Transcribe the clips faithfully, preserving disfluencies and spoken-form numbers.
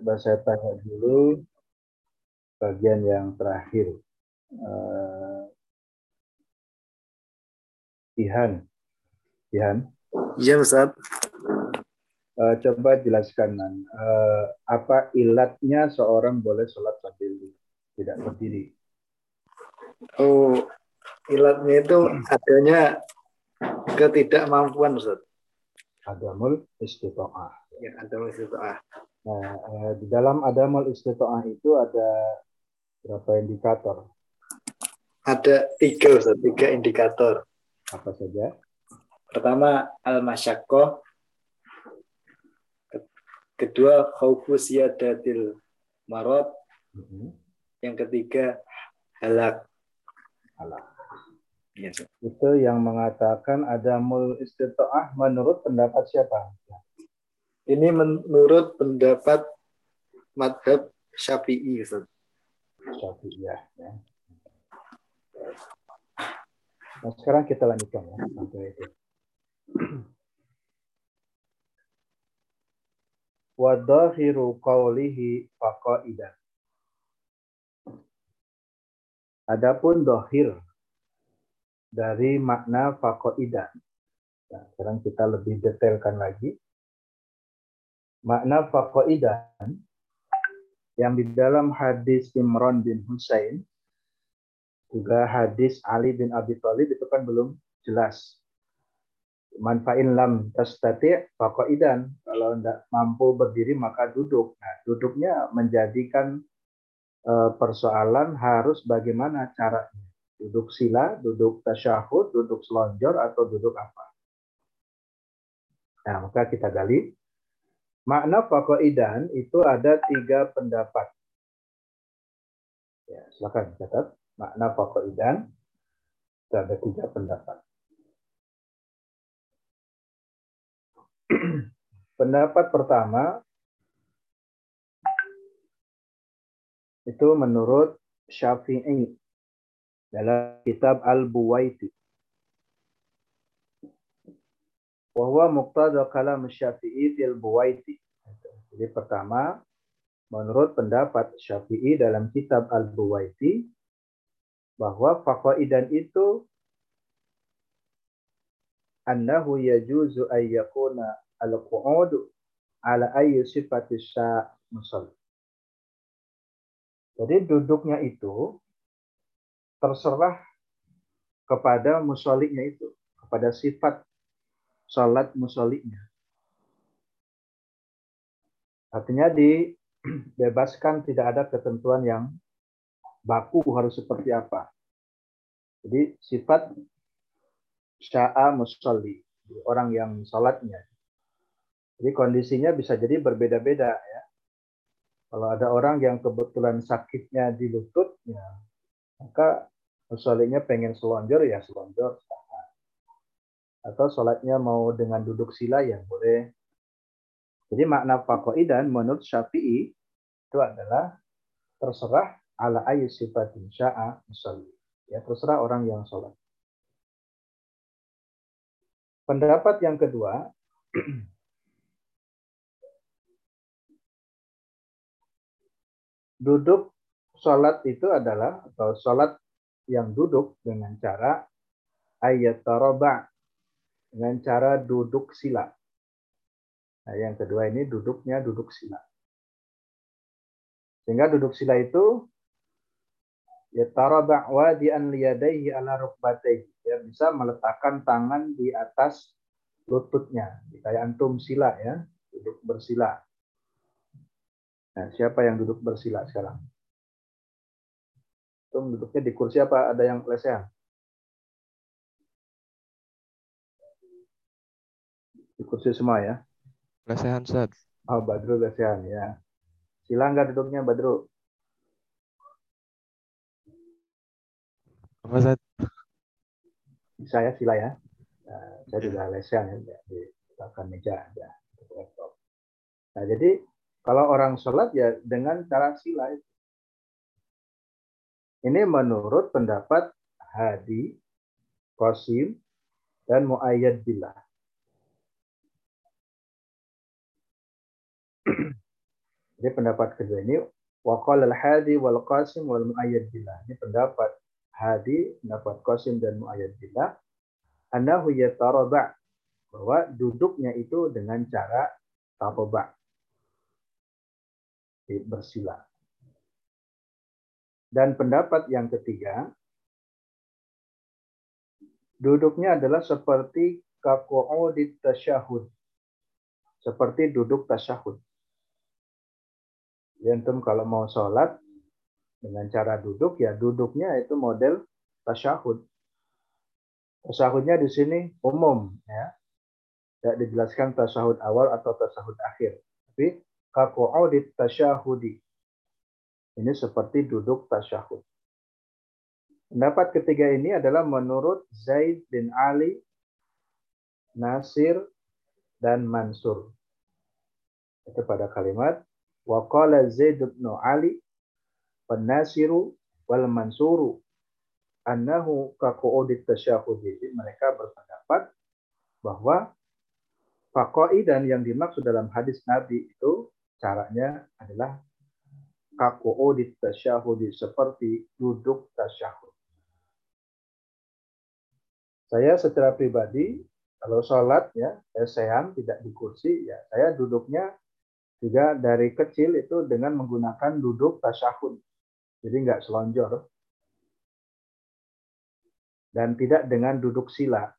Coba saya tanya dulu bagian yang terakhir. Uh, Ihan, Ihan. Iya Ustaz. Uh, coba jelaskan uh, apa ilatnya seorang boleh sholat sambil tidak berdiri. Oh, ilatnya itu adanya ketidakmampuan Ustaz. Adamul istito'ah. Ya, adamul istito'ah. Nah, uh, di dalam adamul istito'ah itu ada berapa indikator? Ada tiga Ustaz, tiga indikator. Apa saja? Pertama, al-masyaqqah. Kedua, khaufu siyadatil marad. Mm-hmm. Yang ketiga, halak. Halak. Yes. Itu yang mengatakan adamul istito'ah menurut pendapat siapa? Ini menurut pendapat madhab Syafi'i, Ustaz. Syafi'iyah. Ya. Nah, sekarang kita lanjutkan ya sampai itu. Wa dhahiru qawlihi faqaidan. Adapun dhahir dari makna faqaidan. Nah, sekarang kita lebih detailkan lagi. Makna faqaidan yang di dalam hadis Imran bin Husain, juga hadis Ali bin Abi Thalib itu kan belum jelas. Manfa'in lam tastati' faqaidan. Kalau tidak mampu berdiri maka duduk. Nah, duduknya menjadikan e, persoalan harus bagaimana caranya. Duduk sila, duduk tasyahud, duduk selonjor, atau duduk apa. Nah, maka kita gali. Makna faqaidan itu ada tiga pendapat. Ya, silakan catat. Makna faqaidan itu ada tiga pendapat. Pendapat pertama itu menurut Syafi'i dalam kitab Al-Buwaiti. Wa huwa muqtada kalam Syafi'i fil Buwaiti. Jadi pertama, menurut pendapat Syafi'i dalam kitab Al-Buwaiti bahwa faqaidan itu annahu yajuzu ay yakuna al-qu'ud ala ayyi sifati sya' musalli. Jadi duduknya itu terserah kepada musolliknya itu, kepada sifat salat musolliknya. Artinya dibebaskan, tidak ada ketentuan yang baku harus seperti apa. Jadi sifat sya'a musolli, orang yang salatnya. Jadi kondisinya bisa jadi berbeda-beda ya. Kalau ada orang yang kebetulan sakitnya di lututnya, maka musollinya pengen selonjor ya selonjor. Atau sholatnya mau dengan duduk sila ya boleh. Jadi makna faqaidan menurut Syafi'i itu adalah terserah ala ayyi sifatin sya'a musalli. Ya, terserah orang yang sholat. Pendapat yang kedua, duduk sholat itu adalah, atau sholat yang duduk dengan cara ayat taroba, dengan cara duduk sila. Nah, yang kedua ini duduknya duduk sila. Sehingga duduk sila itu ya taroba wadi'an liyadaihi ala rukbatayhi. Ya, bisa meletakkan tangan di atas lututnya. Kayak antum sila ya, duduk bersila. Nah, siapa yang duduk bersila sekarang? Antum duduknya di kursi apa ada yang lesehan? Di kursi semua ya? Lesehan, Ustaz. Oh, Badru lesehan ya. Sila nggak duduknya, Badru? Apa, Ustaz? Saya sila ya. Nah, saya Yeah. juga lesehan ya, di belakang meja aja. Nah, jadi kalau orang sholat ya dengan cara sila itu. Ini menurut pendapat Hadi, Qasim, dan Mu'ayyad Billah. Jadi pendapat kedua ini waqala al-hadi wal qasim wal muayyad billah. Ini pendapat hadi, pendapat qasim dan muayyad billah. Annahu yataraba, bahwa duduknya itu dengan cara taraba, bersila. Dan pendapat yang ketiga, duduknya adalah seperti kaqu'udit tasyahud, seperti duduk tasyahud. Antum kalau mau sholat dengan cara duduk, ya duduknya itu model tasyahud. Tasyahudnya di sini umum, ya. Tidak dijelaskan tasyahud awal atau tasyahud akhir. Tapi kaqu'udit tasyahudi. Ini seperti duduk tasyahud. Pendapat ketiga ini adalah menurut Zaid bin Ali, Nasir, dan Mansur. Itu pada kalimat wa qala Zaid bin Ali wan Nasiru wal Mansuru annahu kaqu'udit tasyahud. Mereka berpendapat bahwa faqaidan yang dimaksud dalam hadis Nabi itu caranya adalah kaqu'udit tasyahud, seperti duduk tasyahud. Saya secara pribadi kalau sholat, ya saya sehan tidak di kursi, ya saya duduknya juga dari kecil itu dengan menggunakan duduk tasyahud. Jadi nggak selonjor. Dan tidak dengan duduk sila.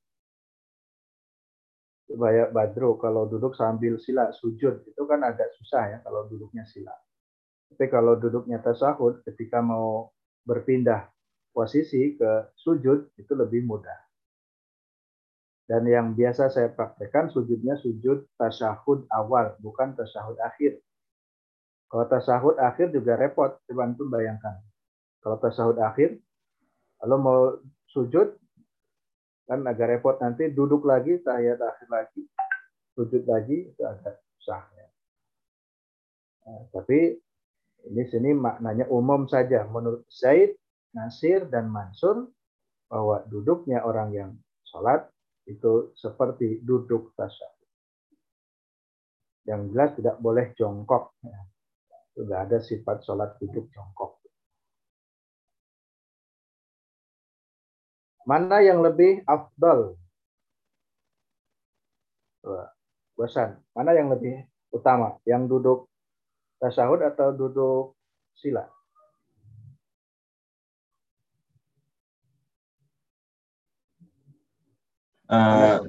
Supaya Badro kalau duduk sambil sila sujud itu kan agak susah ya kalau duduknya sila. Tapi kalau duduknya tasyahud ketika mau berpindah posisi ke sujud itu lebih mudah. Dan yang biasa saya praktekkan sujudnya sujud tasyahud awal, bukan tasyahud akhir. Kalau tasyahud akhir juga repot, coba antum bayangkan. Kalau tasyahud akhir, kalau mau sujud, kan agak repot, nanti duduk lagi, tahiyat akhir lagi, sujud lagi, itu agak susah. Ya. Nah, tapi ini sini maknanya umum saja. Menurut Zaid, Nasir, dan Mansur, bahwa duduknya orang yang sholat itu seperti duduk tasyahud. Yang jelas tidak boleh jongkok. Ya. Tidak ada sifat sholat duduk jongkok. Mana yang lebih afdal? Bosan. Mana yang lebih utama? Yang duduk tasyahud atau duduk sila? Uh,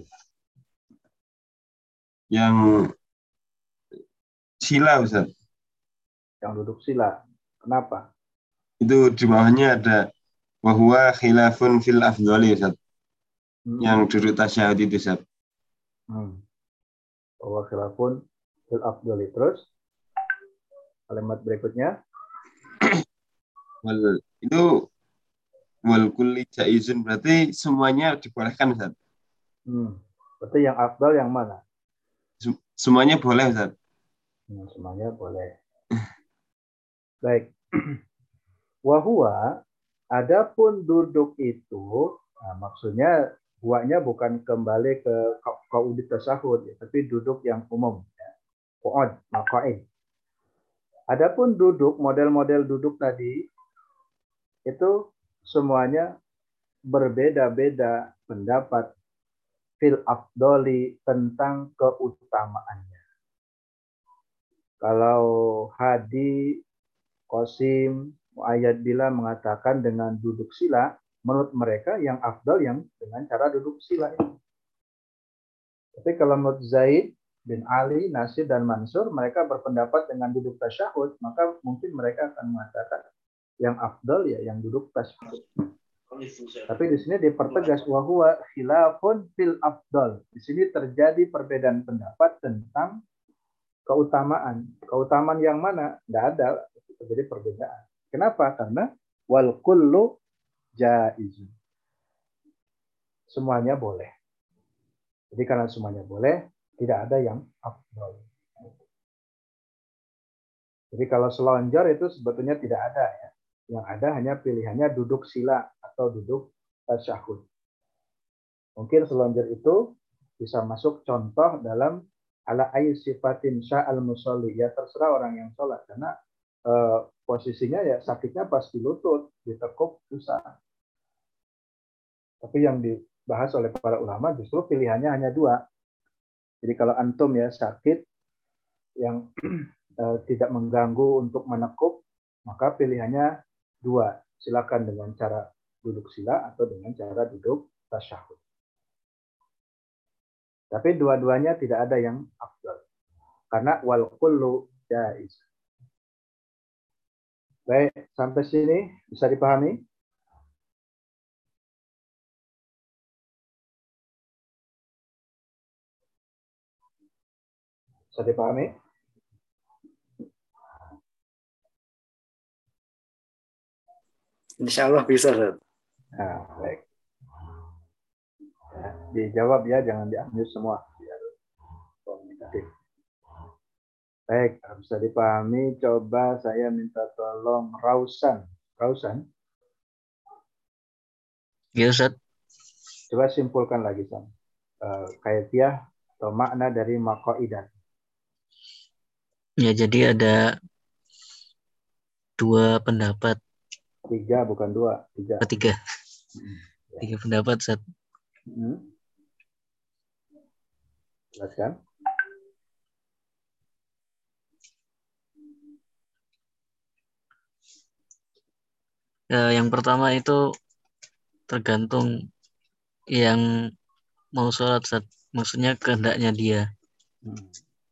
yang sila, Ustaz. Yang duduk sila. Kenapa? Itu di bawahnya ada wahwa khilafun fil afdhali, Ustaz. Hmm. Yang duduk tasyahud itu, Ustaz. Hmm. Wahwa khilafun fil afdhali. Terus kalimat berikutnya. Wal, itu wal kulli jaizun, berarti semuanya dibolehkan, Ustaz. Hmm. Berarti yang afdal yang mana? Semuanya boleh, Ustaz. Hmm, semuanya boleh. Baik. Wahua, adapun duduk itu, nah, maksudnya huanya bukan kembali ke qaudit tasyahud, ya, tapi duduk yang umum. Ya. Qu'ud, maqa'id. Adapun duduk, model-model duduk tadi, itu semuanya berbeda-beda pendapat fil afdoli tentang keutamaannya. Kalau Hadi, Qasim, Muayyad Billah mengatakan dengan duduk sila, menurut mereka yang afdal yang dengan cara duduk sila ini. Tapi kalau menurut Zaid bin Ali, Nasir, dan Mansur, mereka berpendapat dengan duduk tasyahud, maka mungkin mereka akan mengatakan yang afdal ya yang duduk tasyahud. Tapi di sini dipertegas wahwa khilafun fil afdal. Di sini terjadi perbedaan pendapat tentang keutamaan. Keutamaan yang mana? Tidak ada. Terjadi perbedaan. Kenapa? Karena wal kullu jaizun. Semuanya boleh. Jadi karena semuanya boleh, tidak ada yang afdal. Jadi kalau selonjor itu sebetulnya tidak ada ya. Yang ada hanya pilihannya duduk sila atau duduk tasyahud. Mungkin selonjor itu bisa masuk contoh dalam ala ayyi sifatin sya'al musolli, ya terserah orang yang sholat, karena eh, posisinya ya sakitnya pas di lutut, ditekuk susah. Tapi yang dibahas oleh para ulama justru pilihannya hanya dua. Jadi kalau antum ya sakit yang eh, tidak mengganggu untuk menekuk, maka pilihannya dua. Silakan dengan cara duduk sila atau dengan cara duduk tasyahud. Tapi dua-duanya tidak ada yang afdal. Karena wal kullu jaiz. Baik, sampai sini bisa dipahami? Bisa dipahami? Insya Allah bisa, Ustaz. Nah, baik. Ya, dijawab ya, jangan diambil semua. Biar komunikatif. Baik, bisa dipahami. Coba saya minta tolong Rausan. Rausan. Ya Ustaz. Coba simpulkan lagi, Sam. Uh, Kaifiah atau makna dari maqaidan. Ya, jadi ada dua pendapat. Tiga, bukan dua. Tiga. Ketiga. Hmm. Ya. Tiga pendapat, Ustaz. Hmm. Jelaskan. Ya, yang pertama itu tergantung yang mau sholat, Ustaz. Maksudnya kehendaknya dia. Hmm.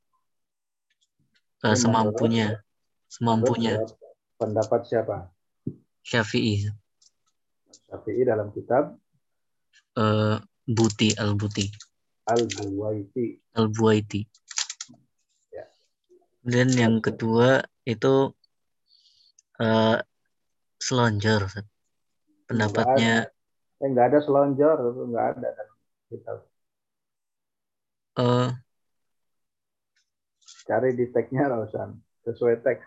Uh, Ini semampunya. menurut, Semampunya. menurut pendapat siapa? Syafi'i. Syafi'i dalam kitab Uh, Buti, Al-Buti. Al-Buwaiti. Al-Buwaiti. Ya. Dan yang kedua itu uh, selonjor, Ustaz. Pendapatnya Eh, nggak ada selonjor, nggak ada dalam kitab. uh, Cari di teksnya, Rausan. Sesuai teks.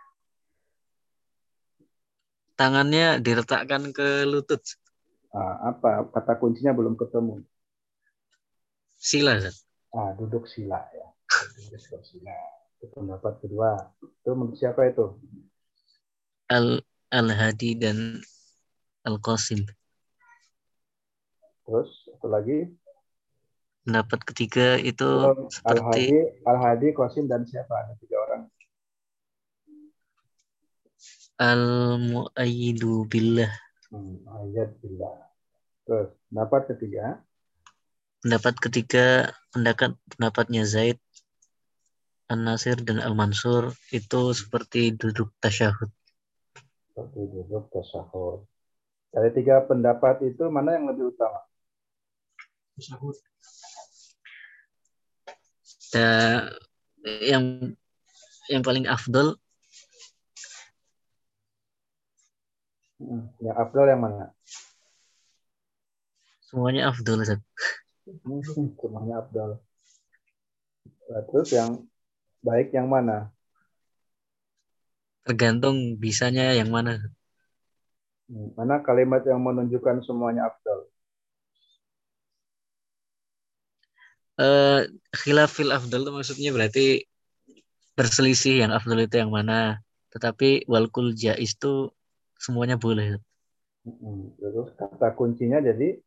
tangannya diletakkan ke lutut. Nah, apa kata kuncinya belum ketemu? Sila, Ustaz. Ah, duduk sila ya. Duduk sila. Itu pendapat kedua. Itu menurut siapa itu? Al Al-Hadi dan Al-Qasim. Terus satu lagi? Pendapat ketiga itu oh, seperti Al-Hadi, Al-Hadi, Qasim dan siapa? Ada tiga orang. Al-Mu'ayyidu Billah. Hmm, ayat billah. Terus pendapat ketiga? Pendapat ketiga pendapat pendapatnya Zaid, An-Nasir dan Al-Mansur itu seperti duduk tasyahud. Seperti duduk tasyahud. Dari tiga pendapat itu mana yang lebih utama? Tasyahud. Ya, yang yang paling afdol. Hmm, yang afdal yang mana? Semuanya afdol, Ustaz. Hmm, semuanya afdal. Nah, terus yang baik yang mana? Tergantung bisanya yang mana. Hmm, mana kalimat yang menunjukkan semuanya afdal? Uh, khilafil afdal itu maksudnya berarti berselisih yang afdal itu yang mana. Tetapi walkul jaiz itu semuanya boleh. Hmm, terus kata kuncinya jadi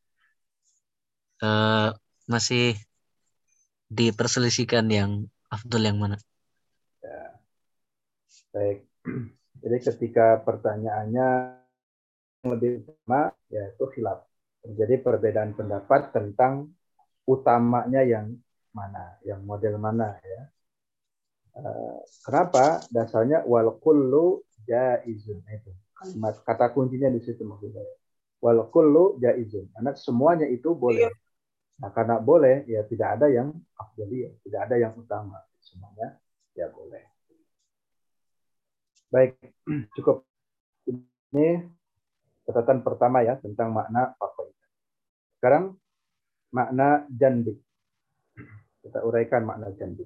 Uh, masih diperselisihkan yang afdal yang mana. ya, baik. Jadi ketika pertanyaannya yang lebih utama yaitu khilaf. Terjadi perbedaan pendapat tentang utamanya yang mana, yang model mana ya. Uh, kenapa? Dasarnya wal kullu jaizun itu. Kalimat kata kuncinya di situ maksudnya. Wal kullu jaizun. Karena semuanya itu boleh. Nah, karena boleh ya tidak ada yang afdaliyah, tidak ada yang utama. Semuanya ya boleh. Baik, cukup. Ini catatan pertama ya tentang makna faqaidah. Sekarang makna jandik. Kita uraikan makna jandik.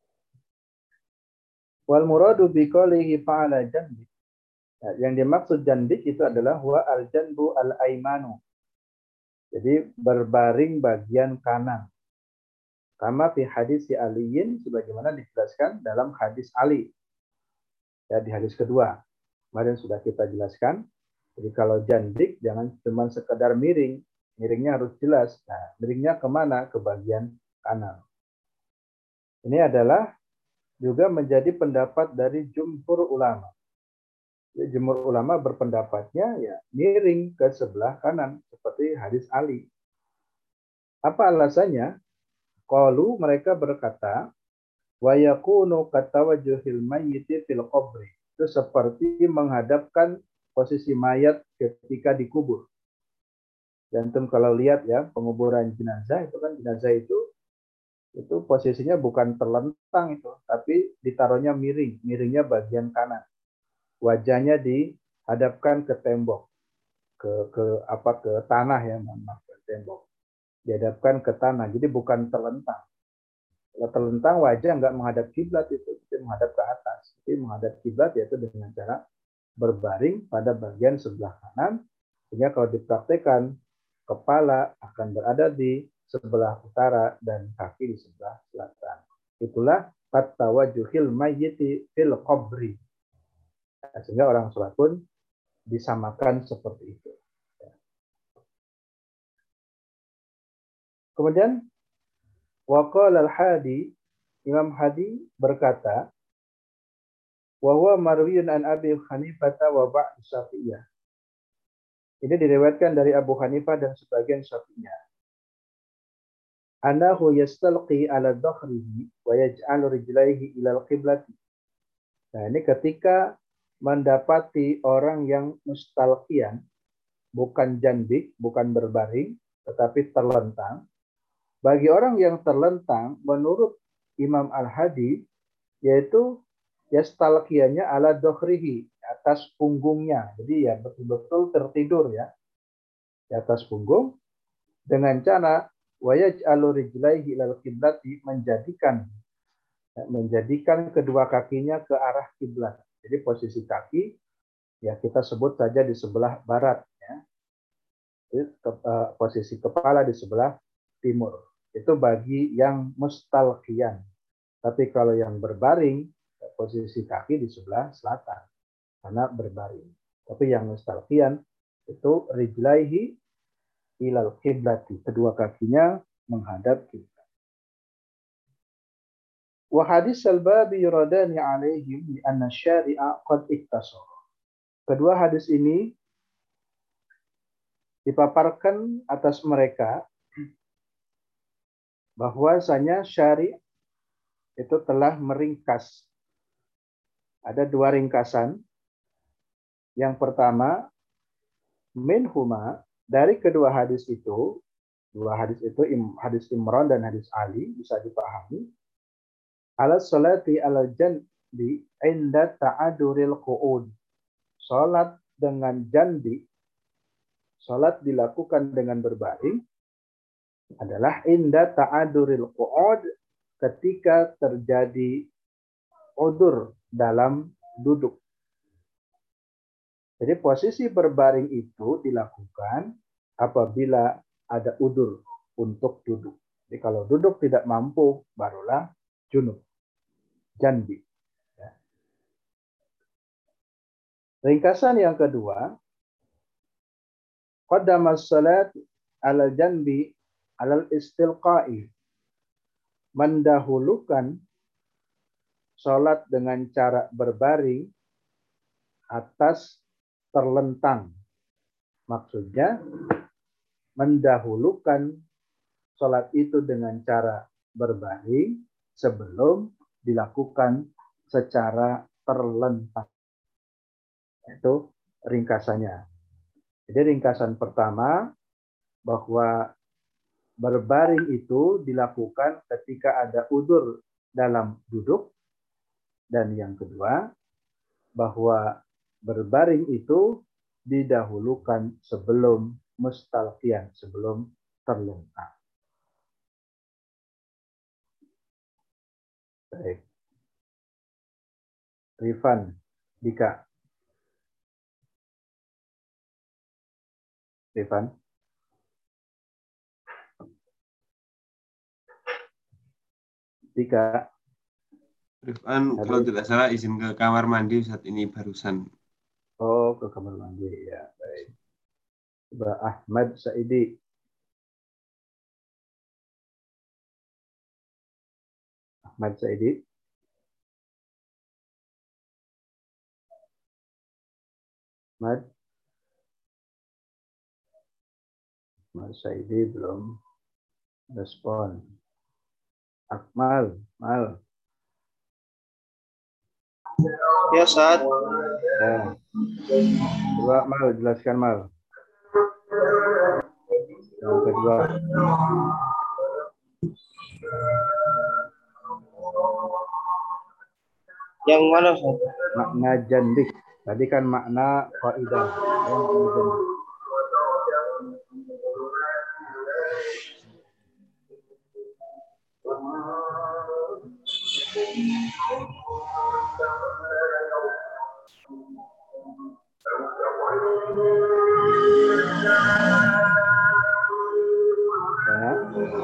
Wal muradu biqalihi fa'ala jandik. Nah, yang dimaksud jandik itu adalah huwa al-janbu al-aimanu. Jadi berbaring bagian kanan. Kama fi hadis si Aliin, sebagaimana dijelaskan dalam hadis Ali. Ya, di hadis kedua. Kemarin sudah kita jelaskan. Jadi kalau jandik jangan cuma sekedar miring. Miringnya harus jelas. Nah, miringnya kemana? Ke bagian kanan. Ini adalah juga menjadi pendapat dari jumhur ulama. Ya, jumhur ulama berpendapatnya ya miring ke sebelah kanan. Seperti hadis Ali. Apa alasannya? Qalu, mereka berkata, wa yakunu katawajjuhil mayyiti fil qabri. Itu seperti menghadapkan posisi mayat ketika dikubur. Dan antum kalau lihat ya, penguburan jenazah itu kan jenazah itu itu posisinya bukan terlentang itu, tapi ditaruhnya miring, miringnya bagian kanan. Wajahnya dihadapkan ke tembok, ke ke apa ke tanah ya, maaf, ke tembok. Dihadapkan ke tanah, jadi bukan terlentang. Kalau terlentang wajah nggak menghadap kiblat itu, itu menghadap ke atas. Jadi menghadap kiblat yaitu dengan cara berbaring pada bagian sebelah kanan, sehingga kalau dipraktekkan kepala akan berada di sebelah utara dan kaki di sebelah selatan. Itulah tawajuhil mayyiti fil qabri. Sehingga orang sholat pun disamakan seperti itu. Kemudian waqala al-Hadi, Imam Hadi berkata, wa huwa marwiyun an Abi Hanifah wa ba'd Syafi'iyah. Ini diriwayatkan dari Abu Hanifah dan sebagian Syafi'iyah. Anahu yastalqi ala dhakhrihi wa yaj'alu rijlaihi ila al-qiblati. Nah, ini ketika mendapati orang yang mustalqiyan, bukan jandik, bukan berbaring, tetapi terlentang. Bagi orang yang terlentang, menurut Imam Al-Hadi, yaitu yastalqiyanya ala dhakhrihi, atas punggungnya. Jadi ya betul-betul tertidur ya di atas punggung dengan cara wa yaj'alu rijlaihi ilal qiblati, menjadikan menjadikan kedua kakinya ke arah kiblat. Jadi posisi kaki ya kita sebut saja di sebelah barat ya. Jadi, ke, uh, posisi kepala di sebelah timur. Itu bagi yang mustalqiyan. Tapi kalau yang berbaring, posisi kaki di sebelah selatan karena berbaring. Tapi yang mustalqiyan itu rijlaihi ilal qiblati, kedua kakinya menghadap kiblat. Wa hadis al-babi yuradani alaihim li anna syari'a qad iktasara. Kedua hadis ini dipaparkan atas mereka bahwasanya syari' itu telah meringkas. Ada dua ringkasan. Yang pertama, minhuma, dari kedua hadis itu, dua hadis itu, hadis Imran dan hadis Ali, bisa dipahami, ala salati ala janbi inda ta'aduril qu'ud. Salat dengan janbi, salat dilakukan dengan berbaring, adalah inda ta'aduril qu'ud, ketika terjadi udur dalam duduk. Jadi posisi berbaring itu dilakukan apabila ada udur untuk duduk. Jadi kalau duduk tidak mampu, barulah junub, janbi. Ya. Ringkasan yang kedua, qaddamas salat ala janbi alal istilqa'i, mendahulukan salat dengan cara berbaring atas terlentang. Maksudnya mendahulukan sholat itu dengan cara berbaring sebelum dilakukan secara terlentang. Itu ringkasannya. Jadi ringkasan pertama bahwa berbaring itu dilakukan ketika ada udzur dalam duduk. Dan yang kedua, bahwa berbaring itu didahulukan sebelum mustalqiyan, sebelum terlentang. Baik. Rifan, Dika. Rifan. Tiga. Rifan, kalau tidak salah izin ke kamar mandi saat ini barusan. Oh, ke kamar mandi. Ya, baik. Coba Ahmad Saidi. Ahmad Saidi. Ahmad. Ahmad Saidi belum respon. Akmal, Mal. Ya, Ustaz. Ya. Coba Mal, jelaskan Mal. Yang kedua. Yang mana, Ustaz? Makna jandik. Tadi kan makna faidah. Yang makna jandik. Ya.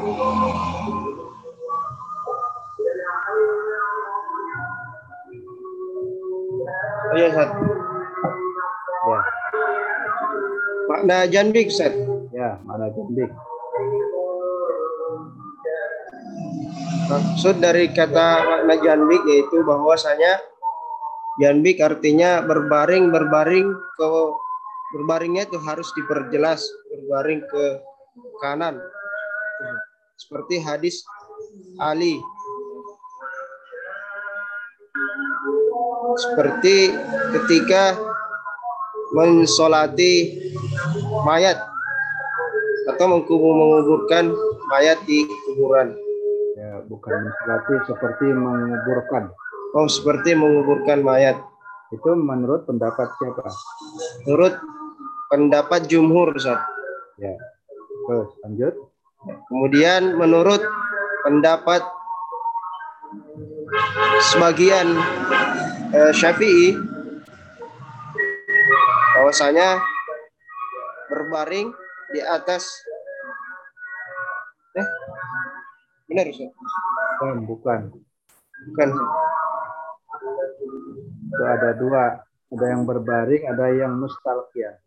Oh iya, Ustaz. Ya. Makna jandik, Ustaz. Ya, makna jandik. Maksud dari kata makna jandik yaitu bahwasanya jandik artinya berbaring, berbaring ke berbaringnya itu harus diperjelas, berbaring ke kanan. Seperti hadis Ali. Seperti ketika mensolati mayat atau menguburkan mayat di kuburan. Ya, bukan mensolati, seperti menguburkan. Oh, seperti menguburkan mayat. Itu menurut pendapat siapa? Menurut pendapat jumhur, Ustaz. Ya. Terus lanjut. Kemudian menurut pendapat sebagian eh, Syafi'i bahwasanya berbaring di atas eh benar, Ustaz? Bukan, bukan. Bukan. Itu ada dua. Ada yang berbaring, ada yang mustalqiyan.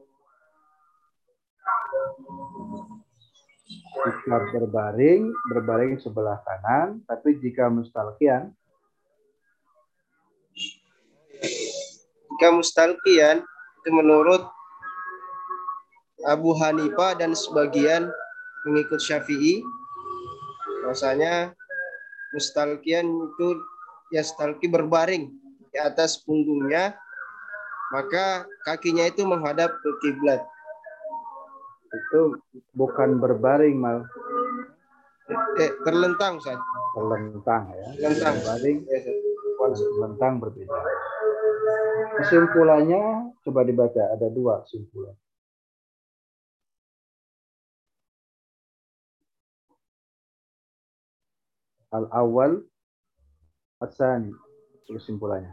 Jika berbaring, berbaring sebelah kanan, tapi jika mustalqiyan, Jika mustalqiyan itu menurut Abu Hanifah dan sebagian pengikut Syafi'i, bahwasanya mustalqiyan itu ya stalqi berbaring di atas punggungnya, maka kakinya itu menghadap ke kiblat. itu bukan berbaring, Mal. Eh, terlentang, Ustaz. Terlentang ya. Terlentang. Berbaring, Ya, Ustaz. terlentang berbeda. Kesimpulannya coba dibaca, ada dua kesimpulan. Al-awwal, as-tsani, kesimpulannya.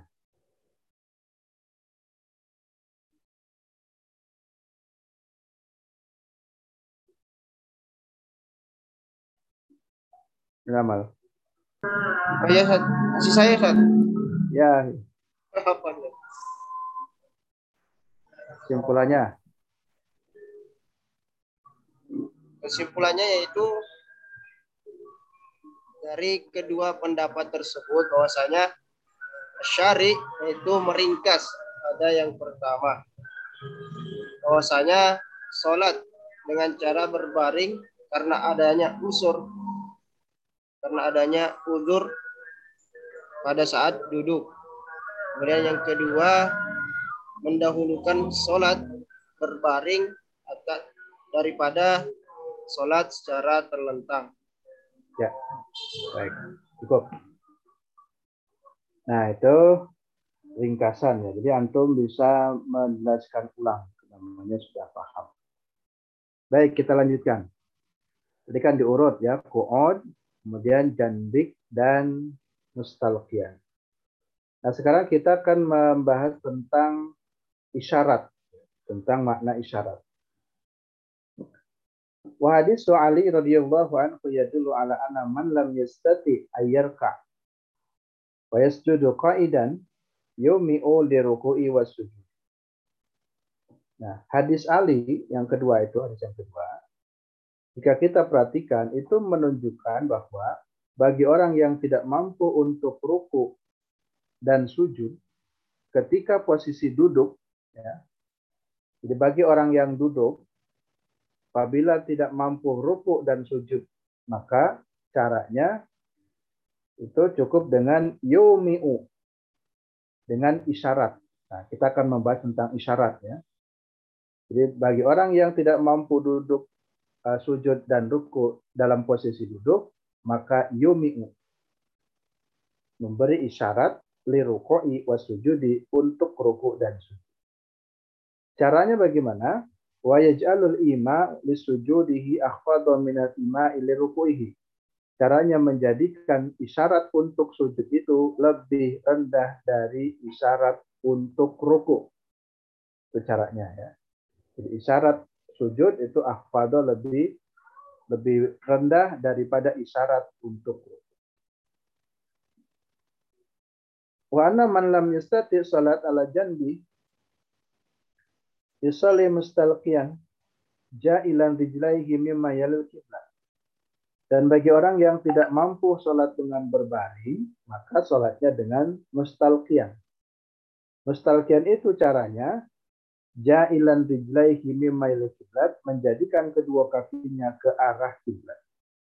Ngamal. Oh ya, Ustaz. Masih saya, Ustaz. Ya, Apa ya? kesimpulannya. Kesimpulannya yaitu dari kedua pendapat tersebut bahwasanya syari yaitu meringkas pada yang pertama, bahwasanya sholat dengan cara berbaring karena adanya usur, karena adanya uzur pada saat duduk. Kemudian yang kedua, mendahulukan sholat berbaring atau daripada sholat secara terlentang. Ya, baik, cukup. Nah, itu ringkasan ya. Jadi antum bisa menjelaskan ulang, namanya sudah paham. Baik, kita lanjutkan. Tadi kan diurut ya, qu'ud, kemudian jandik dan mustalqiyan. Nah, sekarang kita akan membahas tentang isyarat, tentang makna isyarat. Wa hadis Ali radhiyallahu anhu yadullu ala anna man lam yastati ayyarka wa yasjudu qa'idan yumi'u li ruku'i was sujud. Nah, hadis Ali yang kedua itu, hadis yang kedua, jika kita perhatikan itu menunjukkan bahwa bagi orang yang tidak mampu untuk ruku dan sujud ketika posisi duduk, ya, jadi bagi orang yang duduk, apabila tidak mampu ruku dan sujud, maka caranya itu cukup dengan yumi'u, dengan isyarat. Nah, kita akan membahas tentang isyarat, ya. Jadi bagi orang yang tidak mampu duduk, uh, sujud dan ruku dalam posisi duduk, maka yumi'u, memberi isyarat li ruku'i was sujudi, untuk ruku dan sujud. Caranya bagaimana? Wa yaj'alul ima li sujudihi akhfadha minal ima'i li ruku'ihi. Caranya menjadikan isyarat untuk sujud itu lebih rendah dari isyarat untuk ruku. Itu caranya, ya. Jadi isyarat sujud itu akhfadha, lebih lebih rendah daripada isyarat untuk ruku. Wa anna man lam yastati salat ala janbi yusalli mustalqiyan ja'ilan rijlaihi mimma yalil qiblat. Dan bagi orang yang tidak mampu sholat dengan berbaring, maka sholatnya dengan mustalqiyan. Mustalqiyan itu caranya ja'ilan rijlaihi mimma yalil qiblat, menjadikan kedua kakinya ke arah kiblat.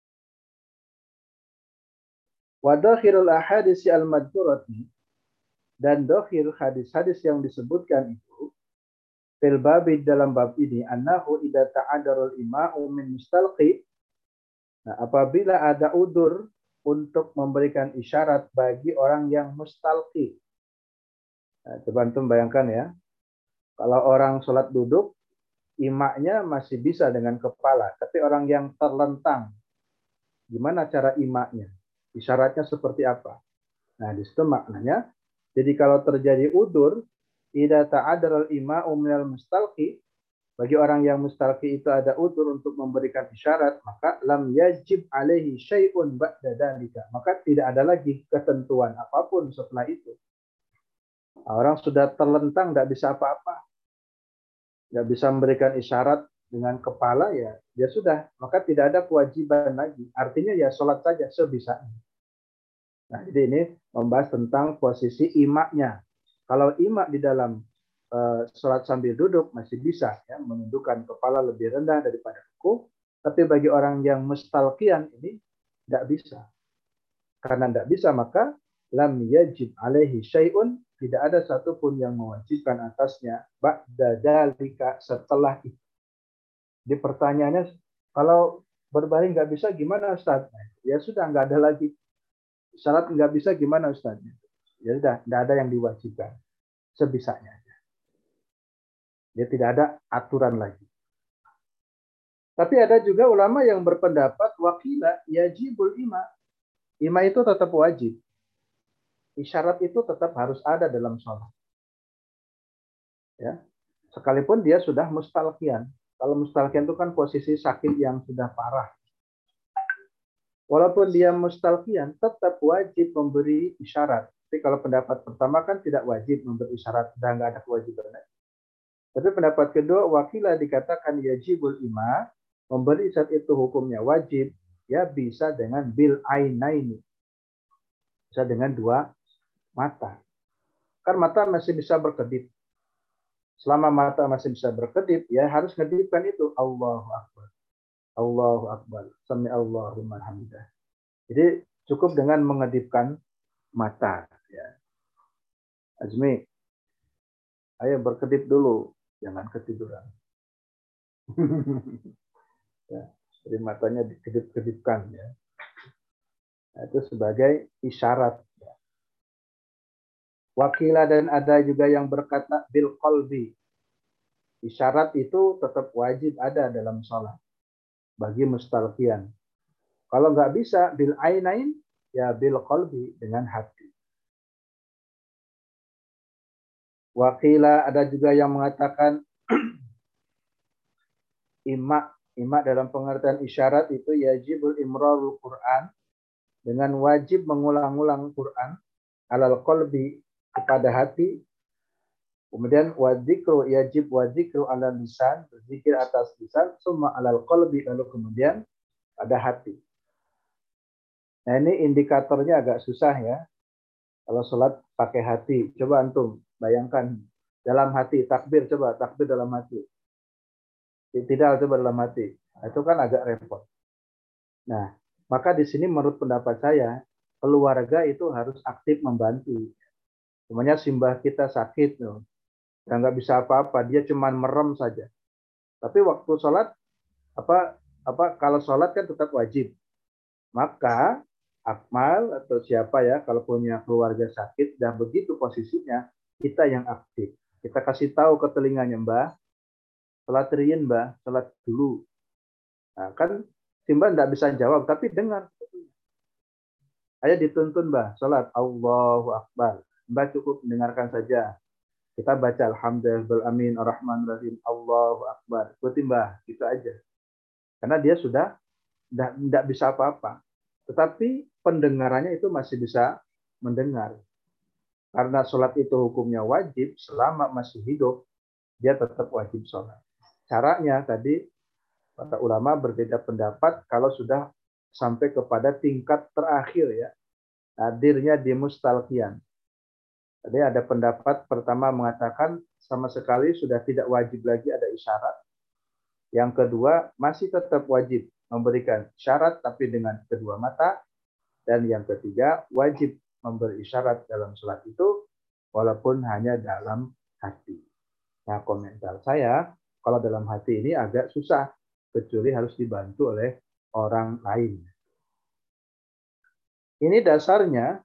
Wa dakhirul ahadits al-madhkurati, dan dokhir hadis-hadis yang disebutkan itu fil babi, dalam bab ini, annahu idza ta'adarul ima'u min mustalqi. Nah, apabila ada udur untuk memberikan isyarat bagi orang yang mustalqi. Nah, coba antum bayangkan, ya. Kalau orang sholat duduk, imaknya masih bisa dengan kepala, tapi orang yang terlentang, gimana cara imaknya? Isyaratnya seperti apa? Nah, di situ maknanya, jadi kalau terjadi udur, idza ta'adara al-ima'u minal mustalqi, bagi orang yang mustalqi itu ada udur untuk memberikan isyarat, maka lam yajib alaihi syai'un ba'da dzalika, maka tidak ada lagi ketentuan apapun setelah itu. Nah, orang sudah terlentang, tidak bisa apa-apa, tidak bisa memberikan isyarat dengan kepala, ya, ya sudah, maka tidak ada kewajiban lagi. Artinya ya sholat saja sebisanya. Nah, jadi ini membahas tentang posisi imaknya. Kalau imak di dalam uh, sholat sambil duduk masih bisa, ya, menundukkan kepala lebih rendah daripada ruku. Tapi bagi orang yang mustalqiyan ini tidak bisa. Karena tidak bisa, maka lam yajib alaihi syai'un, tidak ada satupun yang mewajibkan atasnya ba'da dzalika, setelah itu. Di pertanyaannya, kalau berbaring nggak bisa gimana Ustaz? Ya sudah, nggak ada lagi. Syarat nggak bisa gimana Ustaz? Ya sudah, tidak ada yang diwajibkan, sebisanya aja. Dia tidak ada aturan lagi. Tapi ada juga ulama yang berpendapat wakila yajibul ima. Ima itu tetap wajib. Isyarat itu tetap harus ada dalam sholat. Ya, sekalipun dia sudah mustalqiyan. Kalau mustalqiyan itu kan posisi sakit yang sudah parah. Walaupun dia mustalqiyan, tetap wajib memberi isyarat. Tapi kalau pendapat pertama kan tidak wajib memberi isyarat, sudah nggak ada kewajiban. Tapi pendapat kedua, wakila dikatakan yajibul ima, memberi isyarat itu hukumnya wajib, ya bisa dengan bil ainaini, bisa dengan dua mata. Kan mata masih bisa berkedip. Selama mata masih bisa berkedip, ya harus ngedipkan itu Allahu Akbar. Allahu Akbar. Sami Allahu liman hamidah. Jadi cukup dengan mengedipkan mata, ya. Azmi, ayo berkedip dulu, jangan ketiduran. Ya, jadi matanya dikedip-kedipkan, ya. Nah, itu sebagai isyarat. Ya. Wakilah, dan ada juga yang berkata bil qalbi. Isyarat itu tetap wajib ada dalam sholat bagi mustalqiyan. Kalau nggak bisa bil ainain, ya bil qalbi, dengan hati. Wakila, ada juga yang mengatakan imak Ima dalam pengertian isyarat itu yajibul imrarul Quran, dengan wajib mengulang-ulang Quran alal qalbi, kepada hati. Kemudian wadzikru yajib wadzikru ala lisan, berzikir atas lisan, summa alal qalbi, lalu kemudian pada hati. Nah ini indikatornya agak susah ya. Kalau sholat pakai hati, coba antum bayangkan dalam hati, takbir, coba takbir dalam hati. Tidak, coba dalam hati. Itu kan agak repot. Nah, maka di sini menurut pendapat saya, keluarga itu harus aktif membantu. Semuanya simbah kita sakit, loh. Dan nggak bisa apa-apa, dia cuma merem saja. Tapi waktu sholat, apa, apa kalau sholat kan tetap wajib. Maka Akmal atau siapa ya, kalau punya keluarga sakit, dan begitu posisinya, kita yang aktif. Kita kasih tahu ke telinganya, Mbah, sholat riyin, Mbah, sholat dulu. Nah, kan Simba tidak bisa jawab, tapi dengar. Ayo dituntun, Mbah, sholat Allahu Akbar. Mbah cukup mendengarkan saja. Kita baca Alhamdulillah, Amin, Ar-Rahman, Rahim, Allahu Akbar. Ikuti, Mbah, gitu aja. Karena dia sudah tidak bisa apa-apa. Tetapi pendengarannya itu masih bisa mendengar. Karena sholat itu hukumnya wajib, selama masih hidup, dia tetap wajib sholat. Caranya tadi, para ulama berbeda pendapat kalau sudah sampai kepada tingkat terakhir ya, hadirnya di mustalqiyan. Tadi ada pendapat pertama mengatakan sama sekali sudah tidak wajib lagi ada isyarat. Yang kedua masih tetap wajib memberikan isyarat tapi dengan kedua mata. Dan yang ketiga wajib memberi isyarat dalam sholat itu walaupun hanya dalam hati. Nah komentar saya kalau dalam hati ini agak susah. Kecuali harus dibantu oleh orang lain. Ini dasarnya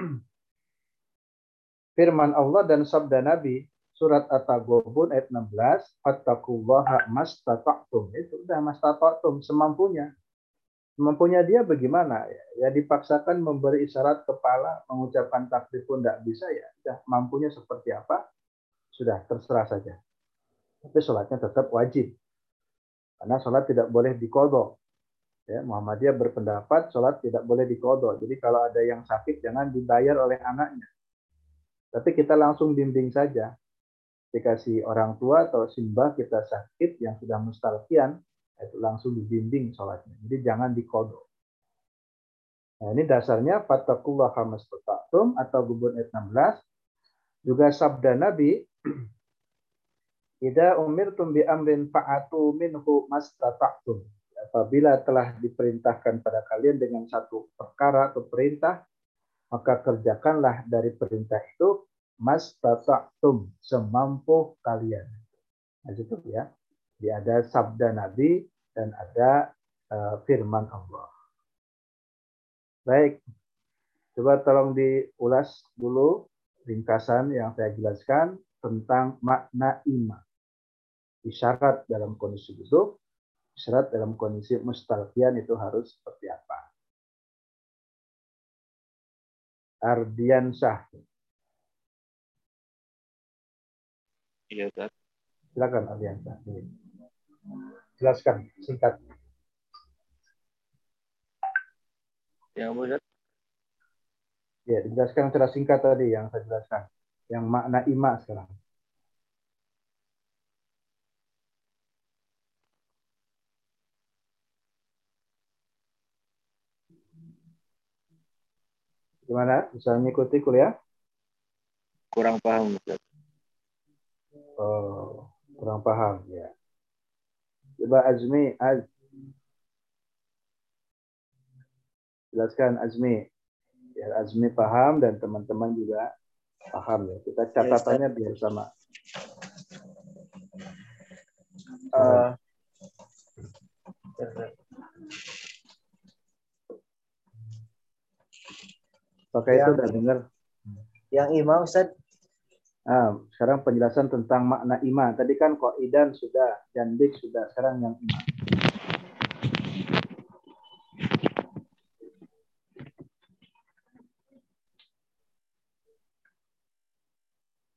firman Allah dan sabda Nabi surat At-Taghabun ayat enam belas, fattaqullaha mastata'tum. Itu udah mastata'tum, semampunya. Semampunya dia bagaimana? Ya, ya dipaksakan memberi isyarat kepala, mengucapkan takbir pun tidak bisa ya. Sudah mampunya seperti apa? Sudah terserah saja. Tapi sholatnya tetap wajib. Karena sholat tidak boleh diqadha. Ya, Muhammadiyah berpendapat sholat tidak boleh diqadha. Jadi kalau ada yang sakit jangan dibayar oleh anaknya. Tapi kita langsung bimbing saja. Dikasih orang tua atau simbah kita sakit yang sudah mustalqiyan, itu langsung dibimbing sholatnya. Jadi jangan diqadha. Nah ini dasarnya fattaqullaha mastata'tum atau Ghubun ayat enam belas. Juga sabda Nabi, idza umirtum bi amrin fa'atu minhu mastata'tum. Apabila telah diperintahkan pada kalian dengan satu perkara atau perintah, maka kerjakanlah dari perintah itu mastata'tum, semampu kalian. Nah, itu ya. Jadi ada sabda Nabi dan ada uh, firman Allah. Baik. Coba tolong diulas dulu ringkasan yang saya jelaskan tentang makna iman. Isyarat dalam kondisi duduk, isyarat dalam kondisi mustalqiyan itu harus seperti apa? Ardian Syah. Iya, Ustaz. Silakan Ardian Syah. Jelaskan singkat. Yang Ustaz? Ya, dijelaskan secara singkat tadi yang saya jelaskan. Yang makna ima sekarang. Gimana? Bisa mengikuti kuliah? Kurang paham, Ustaz. Oh, kurang paham ya. Coba Azmi, Az. Jelaskan Azmi. Biar Azmi paham dan teman-teman juga paham ya. Kita catatannya biar sama. Uh, Pakai itu udah dengar. Yang imam Ustaz. Nah, sekarang penjelasan tentang makna iman. Tadi kan Qaidan sudah, Jandik sudah, sekarang yang iman.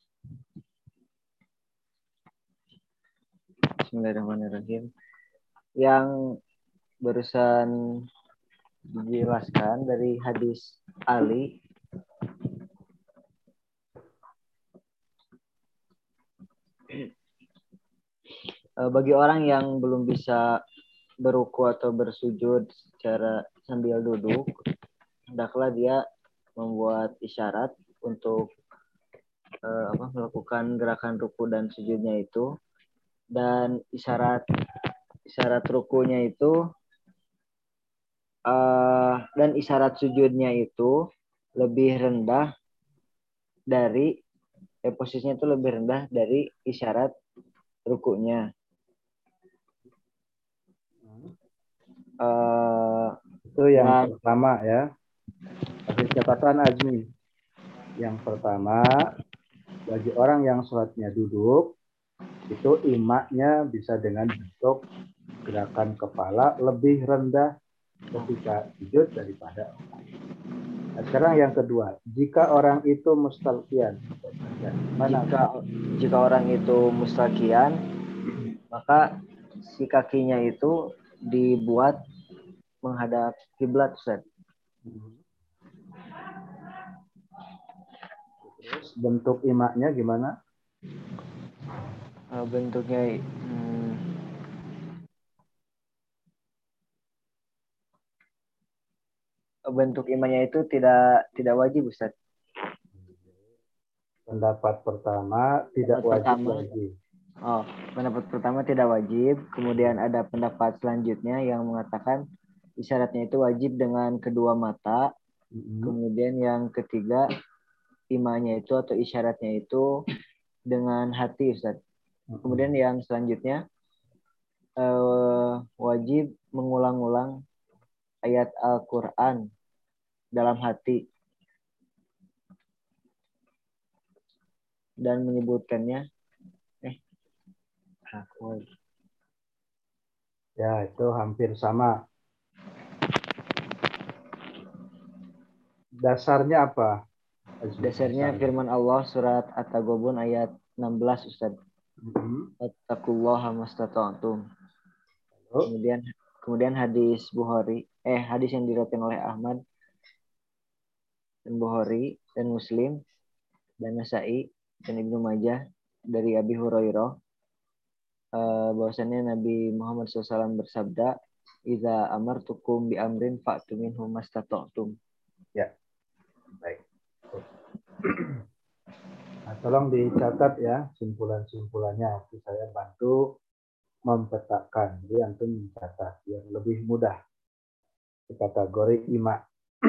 Bismillahirrahmanirrahim. yang barusan dijelaskan dari hadis Ali, bagi orang yang belum bisa beruku atau bersujud secara sambil duduk, hendaklah dia membuat isyarat untuk eh, apa, melakukan gerakan ruku dan sujudnya itu, dan isyarat isyarat rukunya itu uh, dan isyarat sujudnya itu lebih rendah dari eh, posisinya itu lebih rendah dari isyarat rukunya. Uh, itu yang dan, pertama ya. Kasih catatan Azmi. Yang pertama, bagi orang yang sholatnya duduk, itu imaknya bisa dengan bentuk gerakan kepala lebih rendah ketika sujud daripada orang. Nah, sekarang yang kedua, jika orang itu mustalqiyan, jika jika orang itu mustalqiyan, maka si kakinya itu dibuat menghadap kiblat, Ustaz. Terus bentuk imaknya gimana? Bentuknya hmm, bentuk imannya itu tidak tidak wajib, Ustaz. Pendapat pertama tidak pendapat wajib pertama, lagi. Oh, pendapat pertama tidak wajib. Kemudian ada pendapat selanjutnya yang mengatakan isyaratnya itu wajib dengan kedua mata. Mm-hmm. Kemudian yang ketiga, imannya itu atau isyaratnya itu dengan hati, Ustaz. Mm-hmm. Kemudian yang selanjutnya eh, wajib mengulang-ulang ayat Al-Quran dalam hati dan menyebutkannya. Eh, ya itu hampir sama. Dasarnya apa? Dasarnya firman Allah surat At-Taghabun ayat enam belas, Ustaz. Wattaqullaha mastata'tum. Kemudian kemudian hadis Bukhari, eh hadis yang diriwayatkan oleh Ahmad dan Bukhari dan Muslim dan Nasa'i dan Ibnu Majah dari Abi Hurairah, uh, bahwasannya Nabi Muhammad shallallahu alaihi wasallam bersabda, "Idza amartukum bi amrin fa'tu minhu mastata'tum." Ya, baik. Nah, tolong dicatat ya simpulan-simpulannya. Nanti saya bantu mempetakan. Jadi antum mencatat biar lebih mudah. Kategori imak.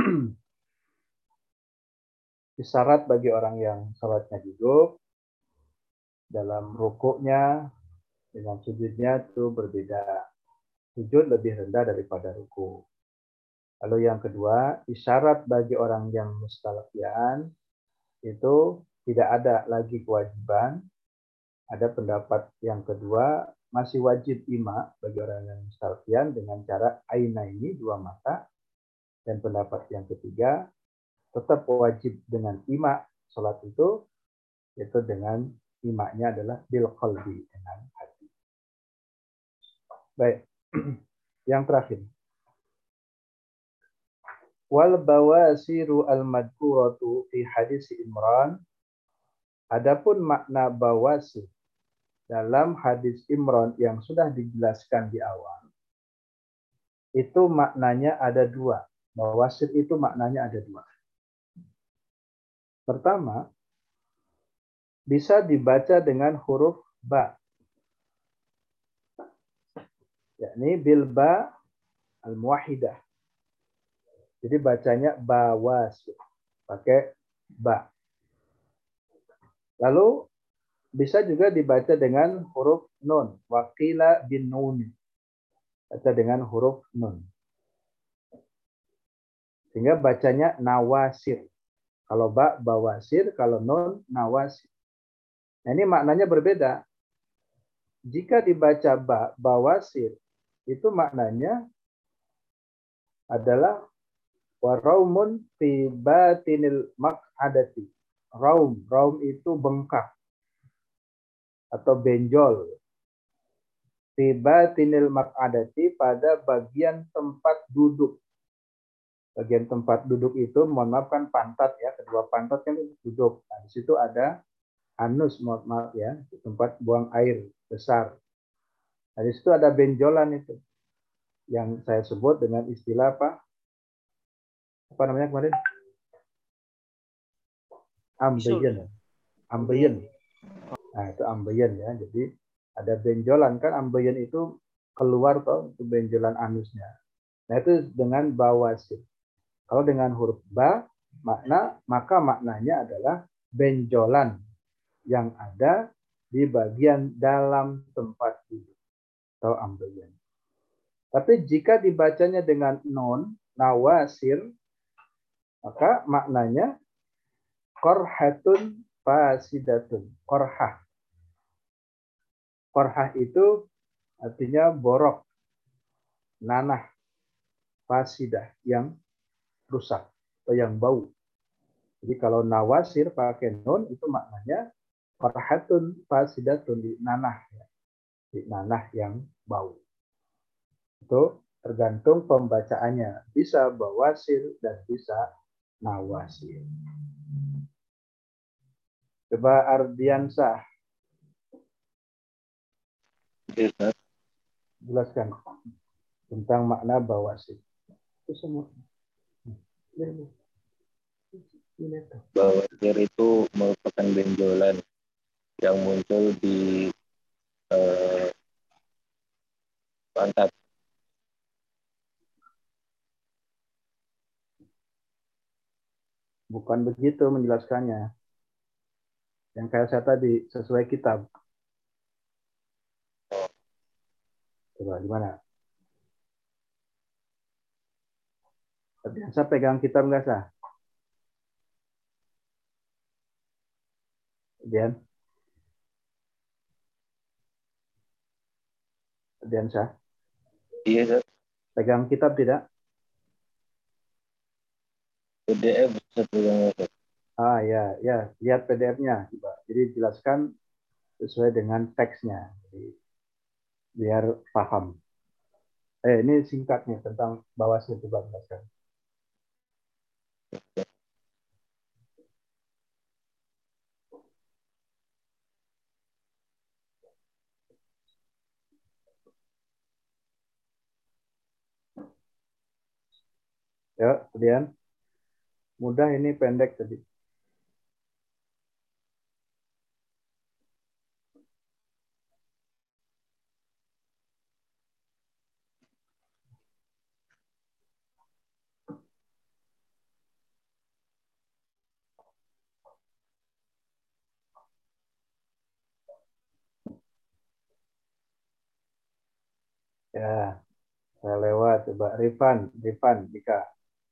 Isyarat bagi orang yang salatnya duduk, dalam rukuknya dengan sujudnya itu berbeda. Sujud lebih rendah daripada ruku. Lalu yang kedua, isyarat bagi orang yang mustalqiyan itu tidak ada lagi kewajiban. Ada pendapat yang kedua, masih wajib ima bagi orang yang mustalqiyan dengan cara aina ini, dua mata. Dan pendapat yang ketiga, tetap wajib dengan ima salat itu, yaitu dengan imaknya adalah bil qalbi, dengan hati. Baik, yang terakhir. Wal bawasiru al madkuratu fi hadis Imran. Adapun makna bawasir dalam hadis Imran yang sudah dijelaskan di awal, itu maknanya ada dua. Bawasir itu maknanya ada dua. Pertama, bisa dibaca dengan huruf ba, yakni bil ba al-muwahidah. Jadi bacanya bawasir, pakai ba. Lalu bisa juga dibaca dengan huruf nun, waqila bin nun, baca dengan huruf nun. Sehingga bacanya nawasir. Kalau ba bawasir, kalau nun nawasir. Nah, ini maknanya berbeda. Jika dibaca ba bawasir, itu maknanya adalah waraumun fi batinil maq'adati. Raum, raum itu bengkak atau benjol fi batinil maq'adati, pada bagian tempat duduk. Bagian tempat duduk itu, mohon maaf kan pantat ya, kedua pantat kan duduk. Nah, di situ ada anus, mohon maaf ya, tempat buang air besar. Nah, di situ ada benjolan itu, yang saya sebut dengan istilah apa? Apa namanya kemarin? Ambeien. Ambeien. Nah, itu ambeien ya. Jadi ada benjolan kan, ambeien itu keluar toh, itu benjolan anusnya. Nah, itu dengan bawasir. Kalau dengan huruf ba, makna maka maknanya adalah benjolan yang ada di bagian dalam tempat duduk atau ambeien. Tapi jika dibacanya dengan non, nawasir, maka maknanya korhatun fasidatun. Korhah. Korhah itu artinya borok, nanah, fasidah, yang rusak atau yang bau. Jadi kalau nawasir pakai nun itu maknanya korhatun fasidatun, di nanah, ya. Di nanah yang bau. Itu tergantung pembacaannya. Bisa bawasir dan bisa nawasir. Coba Ardiansah. Jelaskan tentang makna bawasir. Itu semua. Bawasir itu merupakan benjolan yang muncul di eh, pantat. Bukan begitu menjelaskannya. Yang kayak saya tadi, sesuai kitab. Coba gimana? Biasa pegang kitab nggak sah? Dian? Dian sah? Iya, Sat. Pegang kitab tidak? P D F bisa pegang. Ah ya, ya, lihat P D F-nya. Jadi jelaskan sesuai dengan teksnya. Jadi, biar paham. Eh, ini singkatnya tentang bawasir, coba jelaskan. Ya, kemudian mudah ini, pendek tadi. Ya, saya lewat. Coba Rifan, Rifan, Dika.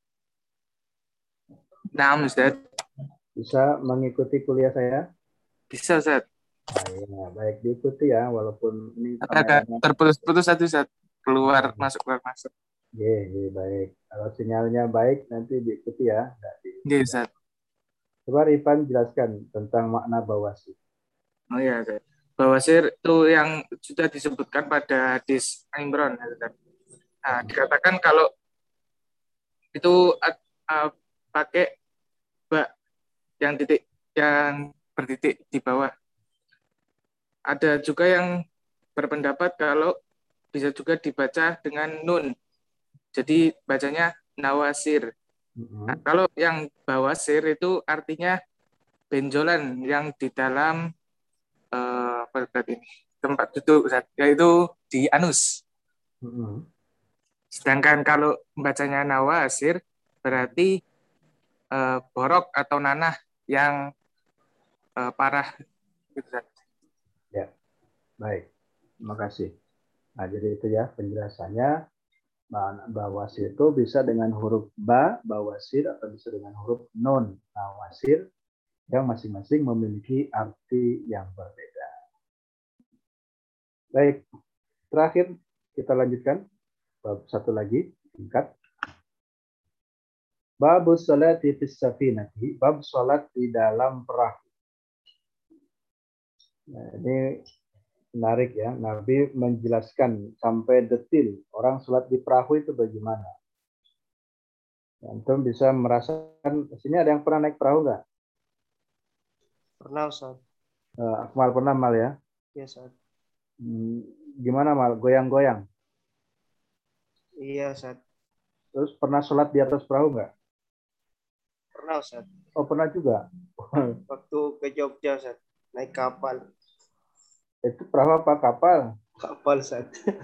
Nah, Ustaz. Bisa mengikuti kuliah saya? Bisa, Ustaz. Nah, ya, baik, diikuti ya, walaupun ini Agak kameranya terputus-putus satu, Ustaz. Keluar, masuk, keluar, masuk. Iya, iya, baik. Kalau sinyalnya baik, nanti diikuti ya. Iya, Ustaz. Coba Rifan jelaskan tentang makna bawasir. Oh iya, Ustaz. Bawasir itu yang sudah disebutkan pada hadis Imran. Nah, dikatakan kalau itu uh, pakai bak yang titik, yang bertitik di bawah. Ada juga yang berpendapat kalau bisa juga dibaca dengan nun. Jadi bacanya nawasir. Nah, kalau yang bawasir itu artinya benjolan yang di dalam uh, apa ini tempat duduk, yaitu di anus. Sedangkan kalau bacanya nawasir berarti uh, borok atau nanah yang uh, parah. Ya, baik. Terima kasih. Nah, jadi itu ya penjelasannya. Bawasir itu bisa dengan huruf ba, bawasir, atau bisa dengan huruf nun, nawasir, yang masing-masing memiliki arti yang berbeda. Baik, terakhir kita lanjutkan. Bab satu lagi, singkat. Bab sholati fis safinati, bab sholat di dalam perahu. Nah, ini menarik ya. Nabi menjelaskan sampai detil orang sholat di perahu itu bagaimana. Antum bisa merasakan. Sini ada yang pernah naik perahu nggak? Pernah, Ustaz. Uh, Akmal pernah, Mal ya? Iya, Ustaz. Hmm, gimana, Mal? Goyang-goyang? Iya, Ustaz. Terus pernah sholat di atas perahu nggak? Pernah, Ustaz. Oh, pernah juga. Waktu ke Jogja, Ustaz. Naik kapal. Itu perahu apa kapal? Kapal, Ustaz.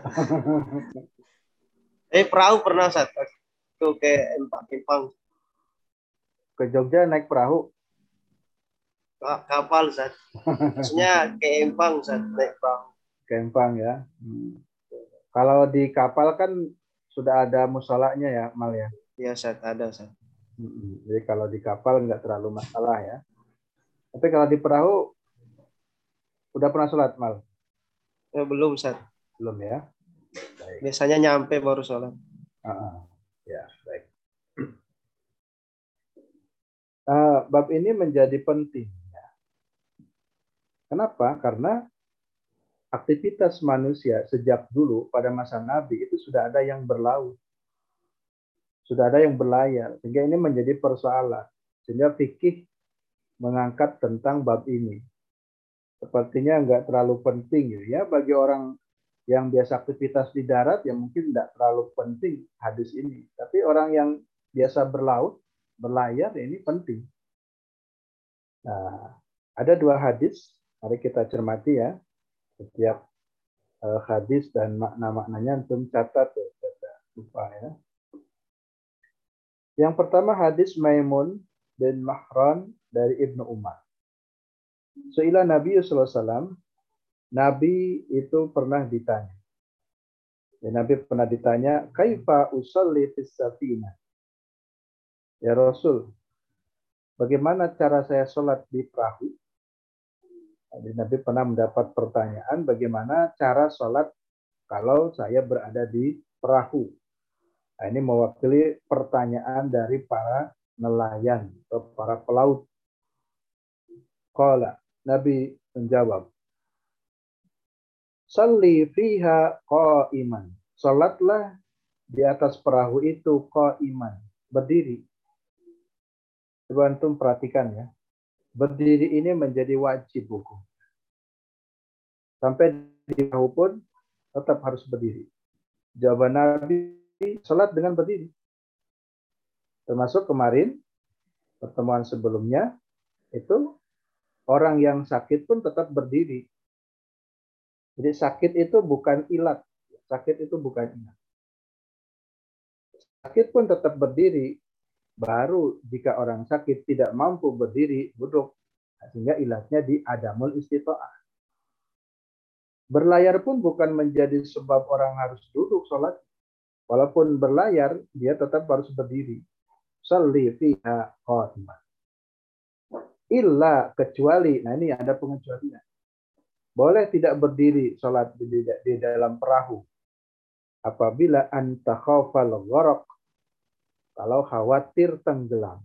eh, perahu pernah, Ustaz. Waktu ke Empang. Ke Jogja naik perahu? Kapal, Ustaz. Maksudnya ke Empang, Ustaz. Naik perahu. Ke Empang ya. Hmm. Kalau di kapal kan sudah ada musolanya ya, Mal ya? Iya, Ustaz. Ada, Ustaz. Hmm. Jadi kalau di kapal nggak terlalu masalah ya. Tapi kalau di perahu, udah pernah sholat, Mal? Eh, belum, Ustaz. Belum ya? Baik. Biasanya nyampe baru sholat. Uh, ya, baik. Uh, bab ini menjadi penting. Ya. Kenapa? Karena aktivitas manusia sejak dulu pada masa Nabi itu sudah ada yang berlaut. Sudah ada yang berlayar. Sehingga ini menjadi persoalan. Sehingga fikih mengangkat tentang bab ini. Sepertinya nggak terlalu penting. Ya, bagi orang yang biasa aktivitas di darat, ya mungkin tidak terlalu penting hadis ini. Tapi orang yang biasa berlaut, berlayar, ini penting. Nah, ada dua hadis. Mari kita cermati ya. Setiap uh, hadis dan makna-maknanya antum catat ya, catat lupa ya. Yang pertama hadis Maimun bin Mahran dari Ibnu Umar. Su'ila Nabi sallallahu alaihi wasallam, Nabi itu pernah ditanya. Ya, Nabi pernah ditanya, "Kaifa usalli fis safinah?" Ya Rasul, bagaimana cara saya sholat di perahu? Jadi Nabi pernah mendapat pertanyaan bagaimana cara sholat kalau saya berada di perahu. Nah, ini mewakili pertanyaan dari para nelayan atau para pelaut. Qala, Nabi menjawab, "Shalli fiha qa'iman." Salatlah di atas perahu itu qa'iman, berdiri. Coba antum perhatikan ya. Berdiri ini menjadi wajib hukum. Sampai di perahu pun tetap harus berdiri. Jawaban Nabi, salat dengan berdiri. Termasuk kemarin pertemuan sebelumnya itu orang yang sakit pun tetap berdiri. Jadi sakit itu bukan ilat. Sakit itu bukan ilat. Sakit pun tetap berdiri. Baru jika orang sakit tidak mampu berdiri, duduk. Sehingga ilatnya di adamul istita'ah. Berlayar pun bukan menjadi sebab orang harus duduk sholat. Walaupun berlayar, dia tetap harus berdiri. Shalli fiha qa'imah. Illa kecuali, nah ini ada pengecualian. Boleh tidak berdiri sholat di, di dalam perahu. Apabila anta khawfal gharaq. Kalau khawatir tenggelam.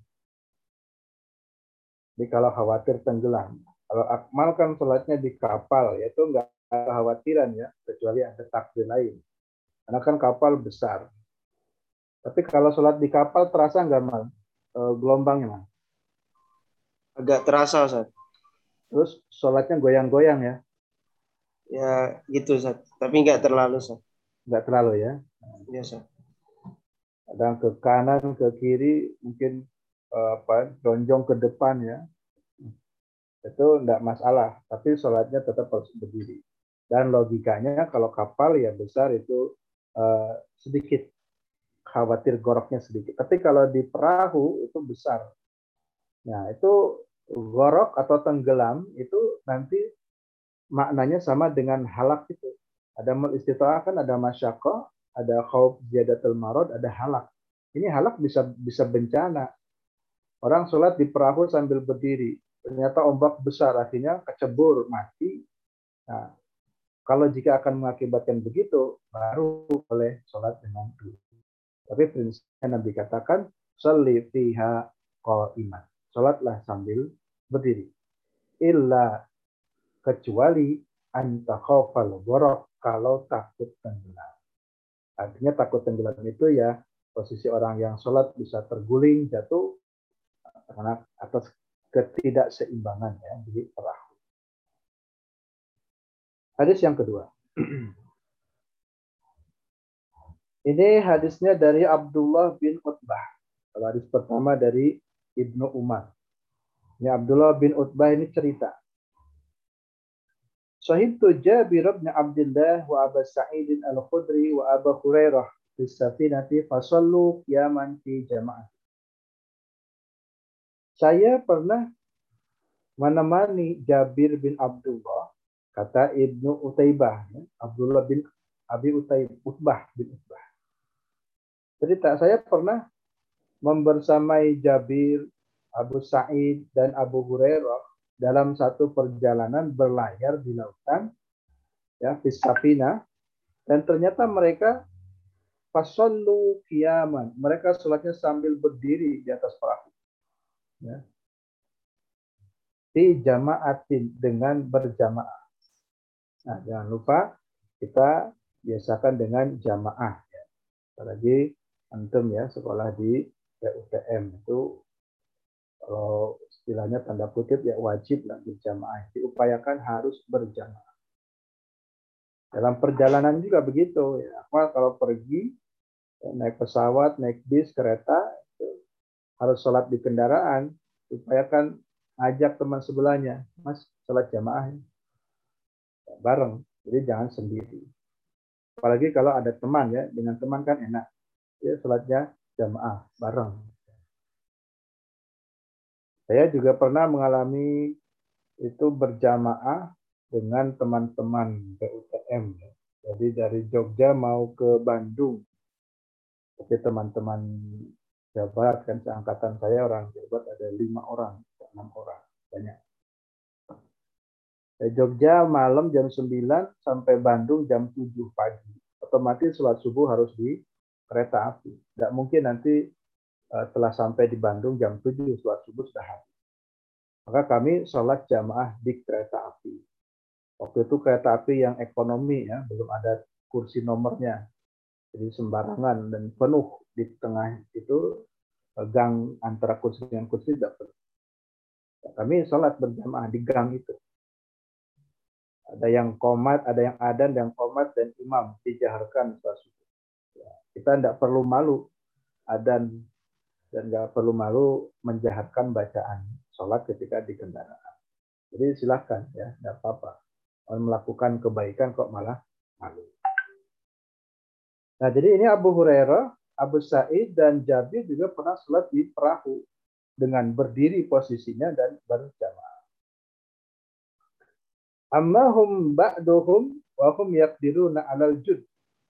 Jadi kalau khawatir tenggelam. Kalau Akmal kan sholatnya di kapal, yaitu enggak ada khawatiran ya. Kecuali ada takdir lain. Karena kan kapal besar. Tapi kalau sholat di kapal terasa enggak, Mal? E, gelombangnya, Mal? Agak terasa, Ustaz. Terus sholatnya goyang-goyang ya? Ya gitu, Ustaz. Tapi enggak terlalu, Ustaz. Enggak terlalu ya? Iya, Ustaz. Kadang ke kanan, ke kiri, mungkin apa, lonjong ke depan ya. Itu enggak masalah. Tapi sholatnya tetap harus berdiri. Dan logikanya kalau kapal ya besar itu uh, sedikit. Khawatir goroknya sedikit. Tapi kalau di perahu itu besar. Nah itu gorok atau tenggelam itu nanti maknanya sama dengan halak itu. Ada mal istita'ah kan ada masyaqah, ada khauf ziyadatul marad, ada halak. Ini halak bisa bisa bencana. Orang sholat di perahu sambil berdiri. Ternyata ombak besar, akhirnya kecebur, mati. Nah, kalau jika akan mengakibatkan begitu, baru boleh sholat dengan duduk. Tapi prinsipnya Nabi katakan, sholli fiha qa'iman. Sholatlah sambil berdiri. Illa kecuali anta khawfal gharq, kalau takut tenggelam. Artinya takut tenggelam itu ya posisi orang yang sholat bisa terguling, jatuh karena atas ketidakseimbangan ya di perahu. Hadis yang kedua. Ini hadisnya dari Abdullah bin Utbah. Kalau hadis pertama dari Ibnu Umar. Ini Abdullah bin Utbah ini cerita. Sahibtu Jabir bin Abdullah wa Abu Sa'id al-Khudri wa Abu Hurairah fi safinati fasallu qiyaman fi jama'ah. Saya pernah menemani Jabir bin Abdullah, kata Ibnu Utaibah, Abdullah bin Abi Utaibah, Utbah bin Utbah. Cerita, saya pernah membersamai Jabir, Abu Sa'id, dan Abu Hurairah dalam satu perjalanan berlayar di lautan, ya, Fisafina, dan ternyata mereka fasallu qiyaman, mereka sholatnya sambil berdiri di atas perahu, ya, di jama'atin, dengan berjamaah. Nah, jangan lupa kita biasakan dengan jamaah, ya. Apalagi antum ya sekolah di P U T M itu kalau istilahnya tanda kutip ya wajib lah berjamaah, diupayakan harus berjamaah. Dalam perjalanan juga begitu ya. Kalau pergi ya, naik pesawat, naik bis, kereta itu harus sholat di kendaraan, upayakan ajak teman sebelahnya, Mas sholat jamaah ya. Bareng, jadi jangan sendiri. Apalagi kalau ada teman ya, dengan teman kan enak. Ya, sholatnya jamaah bareng. Saya juga pernah mengalami itu berjamaah dengan teman-teman P U T M. Jadi dari Jogja mau ke Bandung. Tapi teman-teman Jawa Barat kan seangkatan saya orang Jawa Barat ada lima orang, enam orang, banyak. Dari Jogja malam jam sembilan sampai Bandung jam tujuh pagi. Otomatis sholat subuh harus di kereta api. Tidak mungkin nanti uh, telah sampai di Bandung jam tujuh, sholat subuh sudah habis. Maka kami sholat jamaah di kereta api. Waktu itu kereta api yang ekonomi ya, belum ada kursi nomornya. Jadi sembarangan dan penuh di tengah itu, gang antara kursi dengan kursi tidak penuh. Kami sholat berjamaah di gang itu. Ada yang qomat, ada yang adzan, yang qomat dan imam dijaharkan sholat subuh. Kita tidak perlu malu adzan dan nggak perlu malu menjaharkan bacaan sholat ketika di kendaraan. Jadi silakan ya, tidak apa-apa. Kalau melakukan kebaikan kok malah malu. Nah, jadi ini Abu Hurairah, Abu Sa'id dan Jabir juga pernah sholat di perahu dengan berdiri posisinya dan berjamaah. Amma hum ba'duhum wa hum yaqdiruna 'alal jud.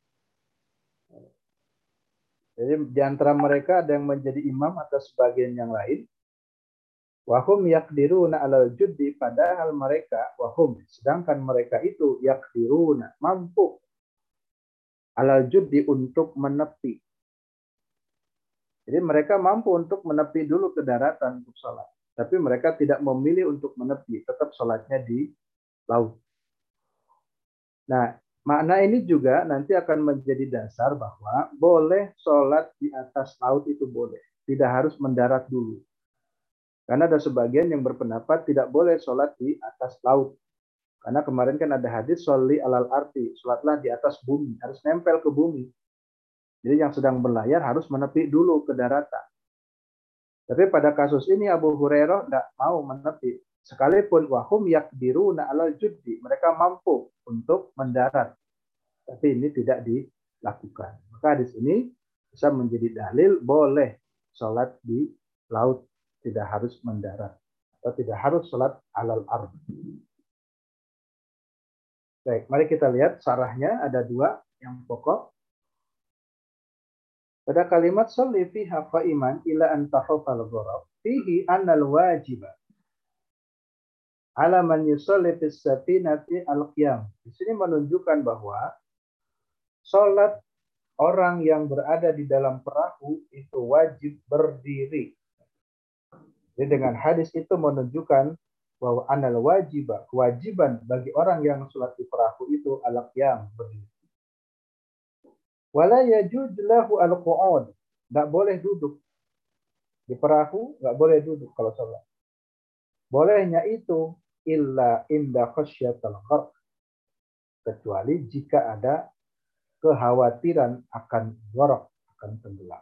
Jadi di antara mereka ada yang menjadi imam atas sebagian yang lain. Wahum yaqdiruna 'alal juddi, padahal mereka wahum, sedangkan mereka itu yaqdiruna, mampu 'alal juddi, untuk menepi. Jadi mereka mampu untuk menepi dulu ke daratan untuk sholat. Tapi mereka tidak memilih untuk menepi, tetap sholatnya di laut. Nah, makna ini juga nanti akan menjadi dasar bahwa boleh sholat di atas laut itu boleh. Tidak harus mendarat dulu. Karena ada sebagian yang berpendapat tidak boleh sholat di atas laut. Karena kemarin kan ada hadis sholli alal ardi, sholatlah di atas bumi, harus nempel ke bumi. Jadi yang sedang berlayar harus menepi dulu ke daratan. Tapi pada kasus ini Abu Hurairah tidak mau menepi. Sekalipun wahum yaqdiruna 'alal juddi, mereka mampu untuk mendarat. Tapi ini tidak dilakukan. Maka di sini bisa menjadi dalil boleh sholat di laut, tidak harus mendarat. Atau tidak harus sholat alal ardi. Baik, mari kita lihat syarahnya ada dua yang pokok. Pada kalimat sholli fiha qa'iman ila an takhafal gharab, fihi annal wajiba ala man yusalli fis safinati al-qiyam. Di sini menunjukkan bahwa salat orang yang berada di dalam perahu itu wajib berdiri. Jadi dengan hadis itu menunjukkan bahwa anal wajibah, kewajiban bagi orang yang sholat di perahu itu al-qiyam, berdiri. Wala yajuzu lahu al-qu'ud, enggak boleh duduk. Di perahu enggak boleh duduk kalau sholat. Bolehnya itu illa inda khasyatal gharq, kecuali jika ada kekhawatiran akan gharq, akan tenggelam.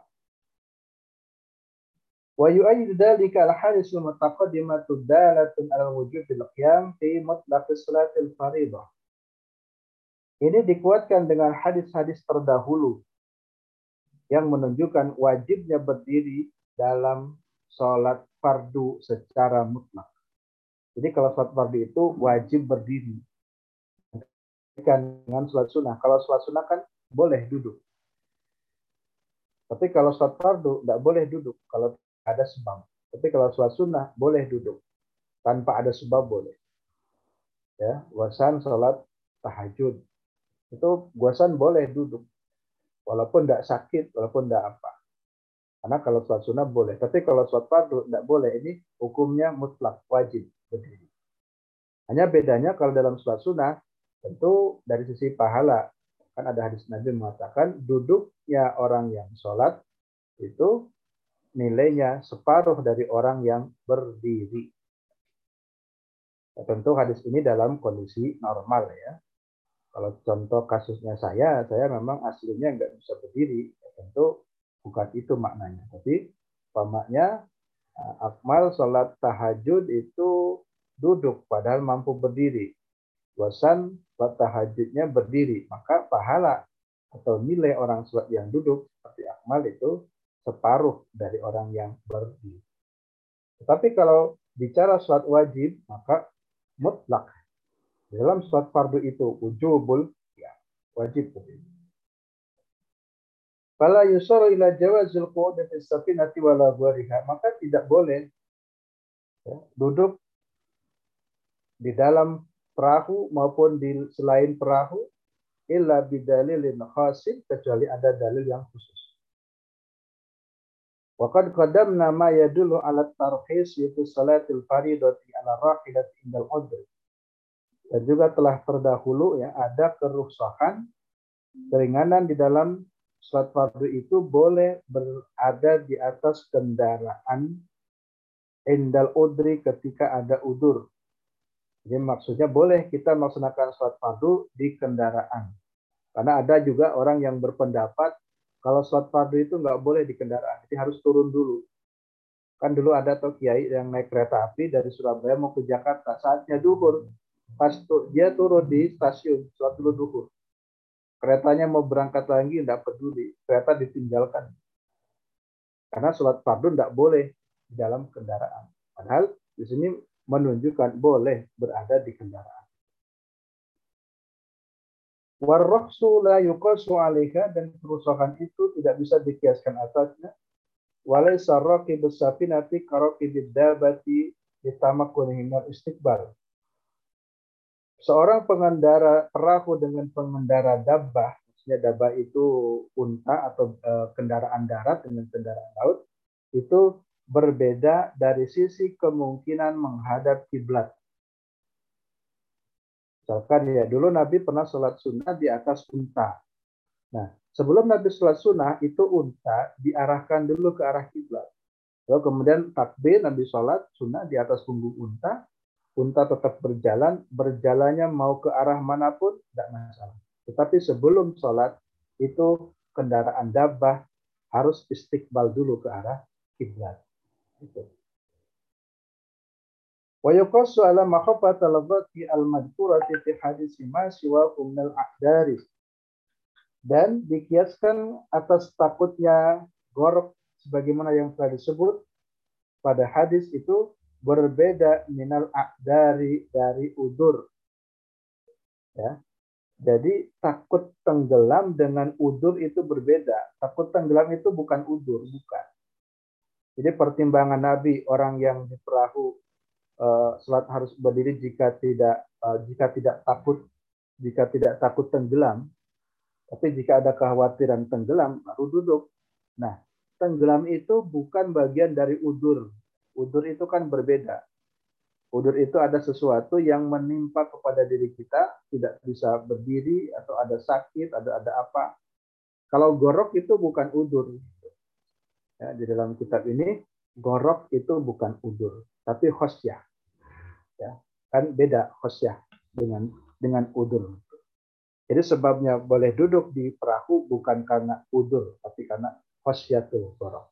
Wa yu'ayyidu dzalika al-hadits al-mutaqaddimatu dalatun 'ala wujubil qiyam fi mutlaq salatil fardhah. Ini dikuatkan dengan hadis-hadis terdahulu yang menunjukkan wajibnya berdiri dalam sholat fardu secara mutlak. Jadi kalau sholat fardu itu wajib berdiri. Dengan sholat sunnah. Kalau sholat sunnah kan boleh duduk. Tapi kalau sholat fardu tidak boleh duduk kalau ada sebab. Tapi kalau sholat sunnah boleh duduk. Tanpa ada sebab boleh. Ya, wasan sholat tahajud. Itu guasan boleh duduk. Walaupun tidak sakit, walaupun tidak apa. Karena kalau sholat sunnah boleh. Tapi kalau sholat fardu tidak boleh. Ini hukumnya mutlak, wajib berdiri. Hanya bedanya kalau dalam sholat sunnah, tentu dari sisi pahala. Kan ada hadis Nabi mengatakan, duduknya orang yang sholat itu nilainya separuh dari orang yang berdiri. Ya, tentu hadis ini dalam kondisi normal ya. Kalau contoh kasusnya saya, saya memang aslinya nggak bisa berdiri. Ya, tentu bukan itu maknanya. Tapi pamaknya akmal sholat tahajud itu duduk padahal mampu berdiri. Wasan sholat tahajudnya berdiri. Maka pahala atau nilai orang sholat yang duduk seperti akmal itu separuh dari orang yang berdiri. Tetapi kalau bicara sholat wajib, maka mutlak. Dalam sholat fardu itu wujubul, ya, wajib berdiri. Fala yusaru ila jawazil qu'ud fi safinati wala ghariha, maka tidak boleh ya, duduk di dalam perahu maupun di selain perahu illa bidalilin khasin, kecuali ada dalil yang khusus. Wa qad qaddamna ma yadullu ala tarhis yaitu salatil faridati ala raqidati indal udri. Dan juga telah terdahulu ya ada kerusahan, keringanan di dalam sholat fardu itu boleh berada di atas kendaraan indal udri ketika ada udur. Jadi maksudnya boleh kita melaksanakan sholat fardu di kendaraan. Karena ada juga orang yang berpendapat kalau sholat fardu itu nggak boleh di kendaraan, jadi harus turun dulu. Kan dulu ada tuh kiai yang naik kereta api dari Surabaya mau ke Jakarta, saatnya duhur. Pas tuh, dia turun di stasiun, sholat dulu duhur. Keretanya mau berangkat lagi, tidak peduli. Kereta ditinggalkan. Karena sholat fardu tidak boleh di dalam kendaraan. Padahal di sini menunjukkan boleh berada di kendaraan. Warrohsu la yuqasu alaiha, dan kerusakan itu tidak bisa dikiaskan atasnya. Walaysa raqibus safinati karaqibid dabati litamakkunihi minal istiqbal. Seorang pengendara perahu dengan pengendara dabbah, maksudnya dabbah itu unta atau e, kendaraan darat dengan kendaraan laut, itu berbeda dari sisi kemungkinan menghadap kiblat. Misalkan ya, dulu Nabi pernah sholat sunnah di atas unta. Nah, sebelum Nabi sholat sunnah, itu unta diarahkan dulu ke arah kiblat. Lalu kemudian takbir, Nabi sholat sunnah di atas punggung unta. Unta tetap berjalan, berjalannya mau ke arah manapun, tidak masalah. Tetapi sebelum sholat, itu kendaraan dabbah harus istiqbal dulu ke arah kiblat. Itu. Wa yuqassu ala makhafat al-dhati al-madhkurati fi hadis ma siwa minal a'dari. Dan dikiaskan atas takutnya gorok sebagaimana yang telah disebut pada hadis itu berbeda minal a'dari dari udur. Ya. Jadi takut tenggelam dengan udur itu berbeda. Takut tenggelam itu bukan udur, bukan. Jadi pertimbangan Nabi, orang yang di perahu uh, sholat harus berdiri jika tidak uh, jika tidak takut jika tidak takut tenggelam. Tapi jika ada kekhawatiran tenggelam baru duduk. Nah, tenggelam itu bukan bagian dari udur. Udur itu kan berbeda. Udur itu ada sesuatu yang menimpa kepada diri kita, tidak bisa berdiri, atau ada sakit, ada ada apa. Kalau gorok itu bukan udur. Ya, di dalam kitab ini, gorok itu bukan udur, tapi khosyah. Ya, kan beda khosyah dengan dengan udur. Jadi sebabnya boleh duduk di perahu bukan karena udur, tapi karena khosyatul gorok.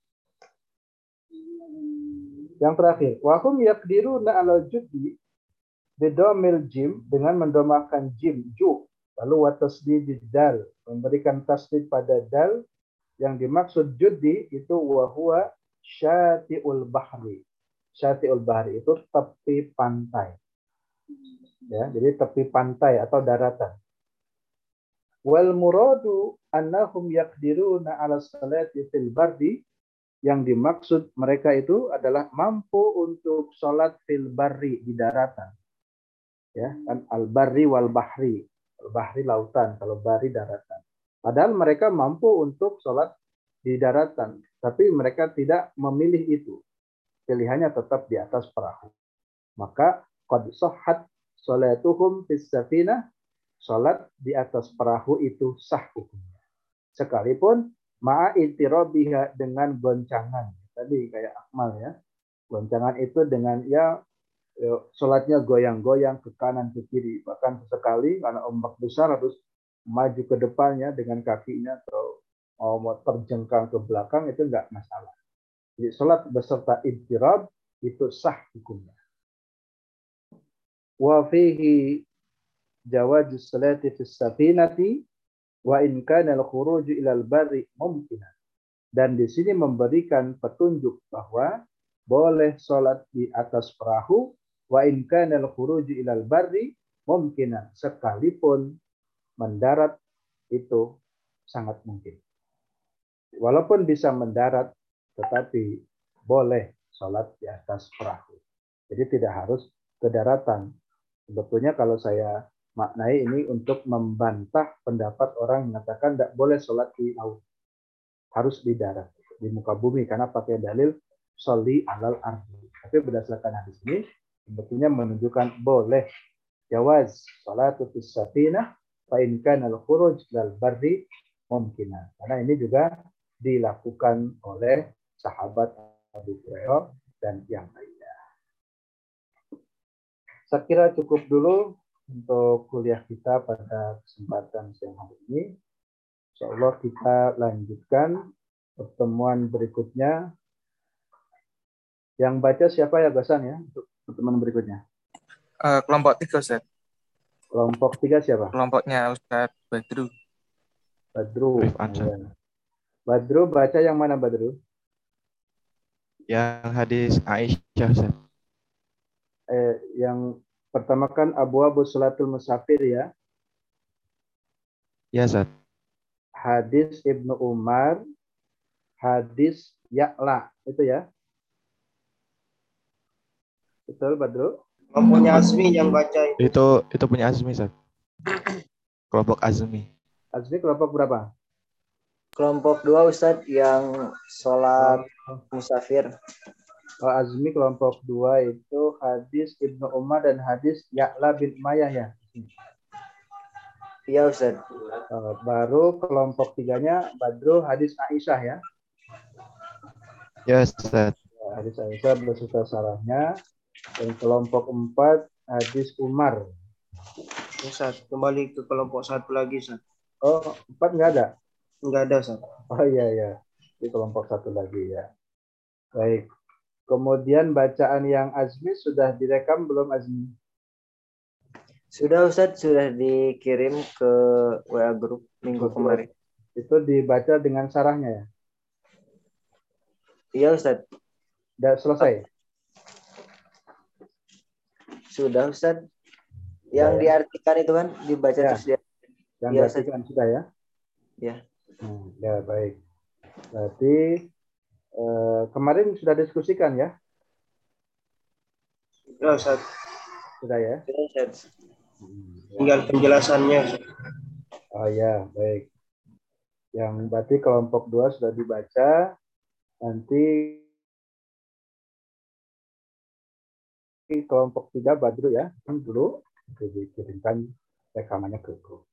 Yang terakhir, wahum yaqdiruna ala judi bidomil jim, dengan mendomakan jim, ju, lalu watasdid dal, memberikan tasdid pada dal. Yang dimaksud judi itu wahwa syati'ul bahri. Syati'ul bahri itu tepi pantai. Ya, jadi tepi pantai atau daratan. Wal muradu annahum yaqdiruna ala salati fil bardi, yang dimaksud mereka itu adalah mampu untuk sholat fil barri, di daratan. Ya, kan al barri wal bahri. Al bahri lautan, kalau barri daratan. Padahal mereka mampu untuk sholat di daratan, tapi mereka tidak memilih itu. Pilihannya tetap di atas perahu. Maka qad sahhat sholatuhum fis safinah, sholat di atas perahu itu sah hukumnya. Sekalipun ma'a itirabiha, dengan goncangan. Tadi kayak Akmal ya. Goncangan itu dengan ya sholatnya goyang-goyang ke kanan ke kiri. Bahkan sesekali karena ombak besar harus maju ke depannya dengan kakinya atau mau terjengkang ke belakang, itu enggak masalah. Jadi sholat beserta ittirab itu sah hukumnya. Wa fihi jawaz salati fis safinati wa in kana al-khuruj ila al-barri mumkinan. Dan di sini memberikan petunjuk bahwa boleh sholat di atas perahu, wa in kana al-khuruj ila al-barri mumkinan, sekalipun mendarat itu sangat mungkin. Walaupun bisa mendarat, tetapi boleh sholat di atas perahu. Jadi tidak harus ke daratan. Sebetulnya kalau saya maknai ini untuk membantah pendapat orang yang mengatakan tidak boleh sholat di laut. Harus di darat, di muka bumi, karena pakai dalil sholli alal ardi. Tapi berdasarkan hadis ini, sebetulnya menunjukkan boleh jawaz sholatu fis safinah fa in kana al-khuruj lal barri mumkinan. Karena ini juga dilakukan oleh sahabat Abu Hurairah dan yang lainnya. Saya kira cukup dulu untuk kuliah kita pada kesempatan siang hari ini. Insyaallah kita lanjutkan pertemuan berikutnya. Yang baca siapa ya Gasan ya untuk pertemuan berikutnya? Uh, kelompok tiga, Ustaz. Kelompok tiga siapa? Kelompoknya Ustaz Badru. Badru. Ya. Badru baca yang mana Badru? Yang hadis Aisyah, Ustaz. Eh, yang pertama kan Abwaabus Shalatul Musafir ya. Ya, Ustaz. Hadis Ibnu Umar, hadis Ya'la, itu ya. Betul Badru? Kelompoknya Azmi yang baca itu. Itu itu punya Azmi, Ustaz. Kelompok Azmi. Azmi kelompok berapa? Kelompok dua Ustadz yang sholat Oh. musafir. Oh, Azmi kelompok dua itu hadis Ibnu Umar dan hadis Ya'la bin Umayyah ya. Iya Ustadz. Oh, baru kelompok tiganya Badru hadis Aisyah ya. Ya, Ustaz. Hadis Aisyah beserta sarahnya. Dan kelompok empat hadis Umar. Ustaz, kembali ke kelompok satu lagi Ustaz. Oh, empat nggak ada? Enggak ada Ustaz. Oh iya ya, di kelompok satu lagi ya. Baik. Kemudian bacaan yang Azmi sudah direkam belum Azmi? Sudah Ustadz, sudah dikirim ke W A grup minggu kemarin. Itu dibaca dengan sarahnya ya? Iya Ustadz. Sudah selesai? Sudah Ustadz. Yang ya, diartikan itu kan dibaca ya. Terus dia. Yang ya, diartikan Ustadz. Sudah ya? Ya. Hmm, ya baik. Berarti eh, kemarin sudah diskusikan ya? Ya Ustaz. Sudah ya? Ya, Ustaz. Tinggal penjelasannya. Oh ya, baik. Yang berarti kelompok dua sudah dibaca. Nanti kelompok tiga Badru ya, kan dulu dikirimkan rekamannya ke grup.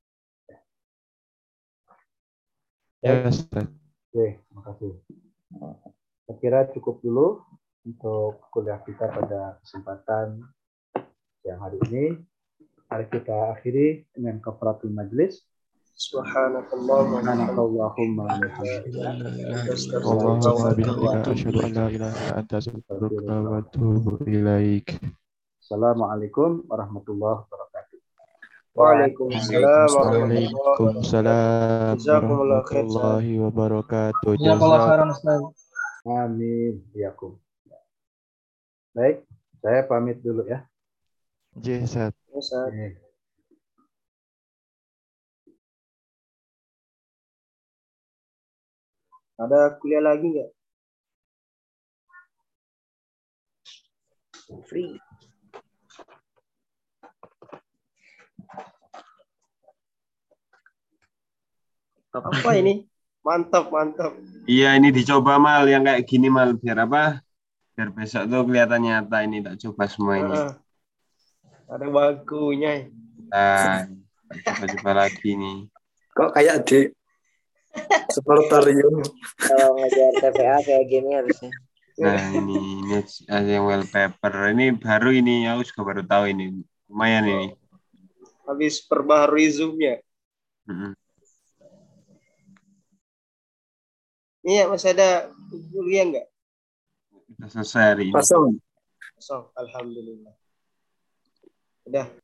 Ya, Ustaz. Oke, makasih. Saya kira cukup dulu untuk kuliah kita pada kesempatan siang hari ini. Mari kita akhiri dengan kafaratul majlis. Subhanakallahumma Allahumma bihamdika asyhadu an la ilaha illa anta astaghfiruka wa atubu ilaik. Assalamualaikum warahmatullahi wabarakatuh. Waalaikumsalam Waalaikumsalam warahmatullahi wabarakatuh. Jazakallahu khairan Ustaz. Amin. Iyakum. Baik, saya pamit dulu ya. Ji, Ustaz. Ustaz. Ada kuliah lagi nggak? Free. Apa ini? Mantap, mantap. Iya, ini dicoba Mal yang kayak gini Mal biar apa? Biar besok tuh kelihatan nyata ini, tak coba semua ini. Ah, ada bakunya. Nah, coba-coba lagi nih. Kok kayak di sportorium. Kalau ngajar T P A kayak gini harusnya. Nah, ini ini ada yang wallpaper. Ini baru ini, aku juga baru tahu ini. Lumayan ini. Habis perbaharui Zoom-nya. Mm-hmm. Iya, masih ada kuliah nggak? Sudah selesai hari ini. Kosong. Kosong, alhamdulillah. Udah.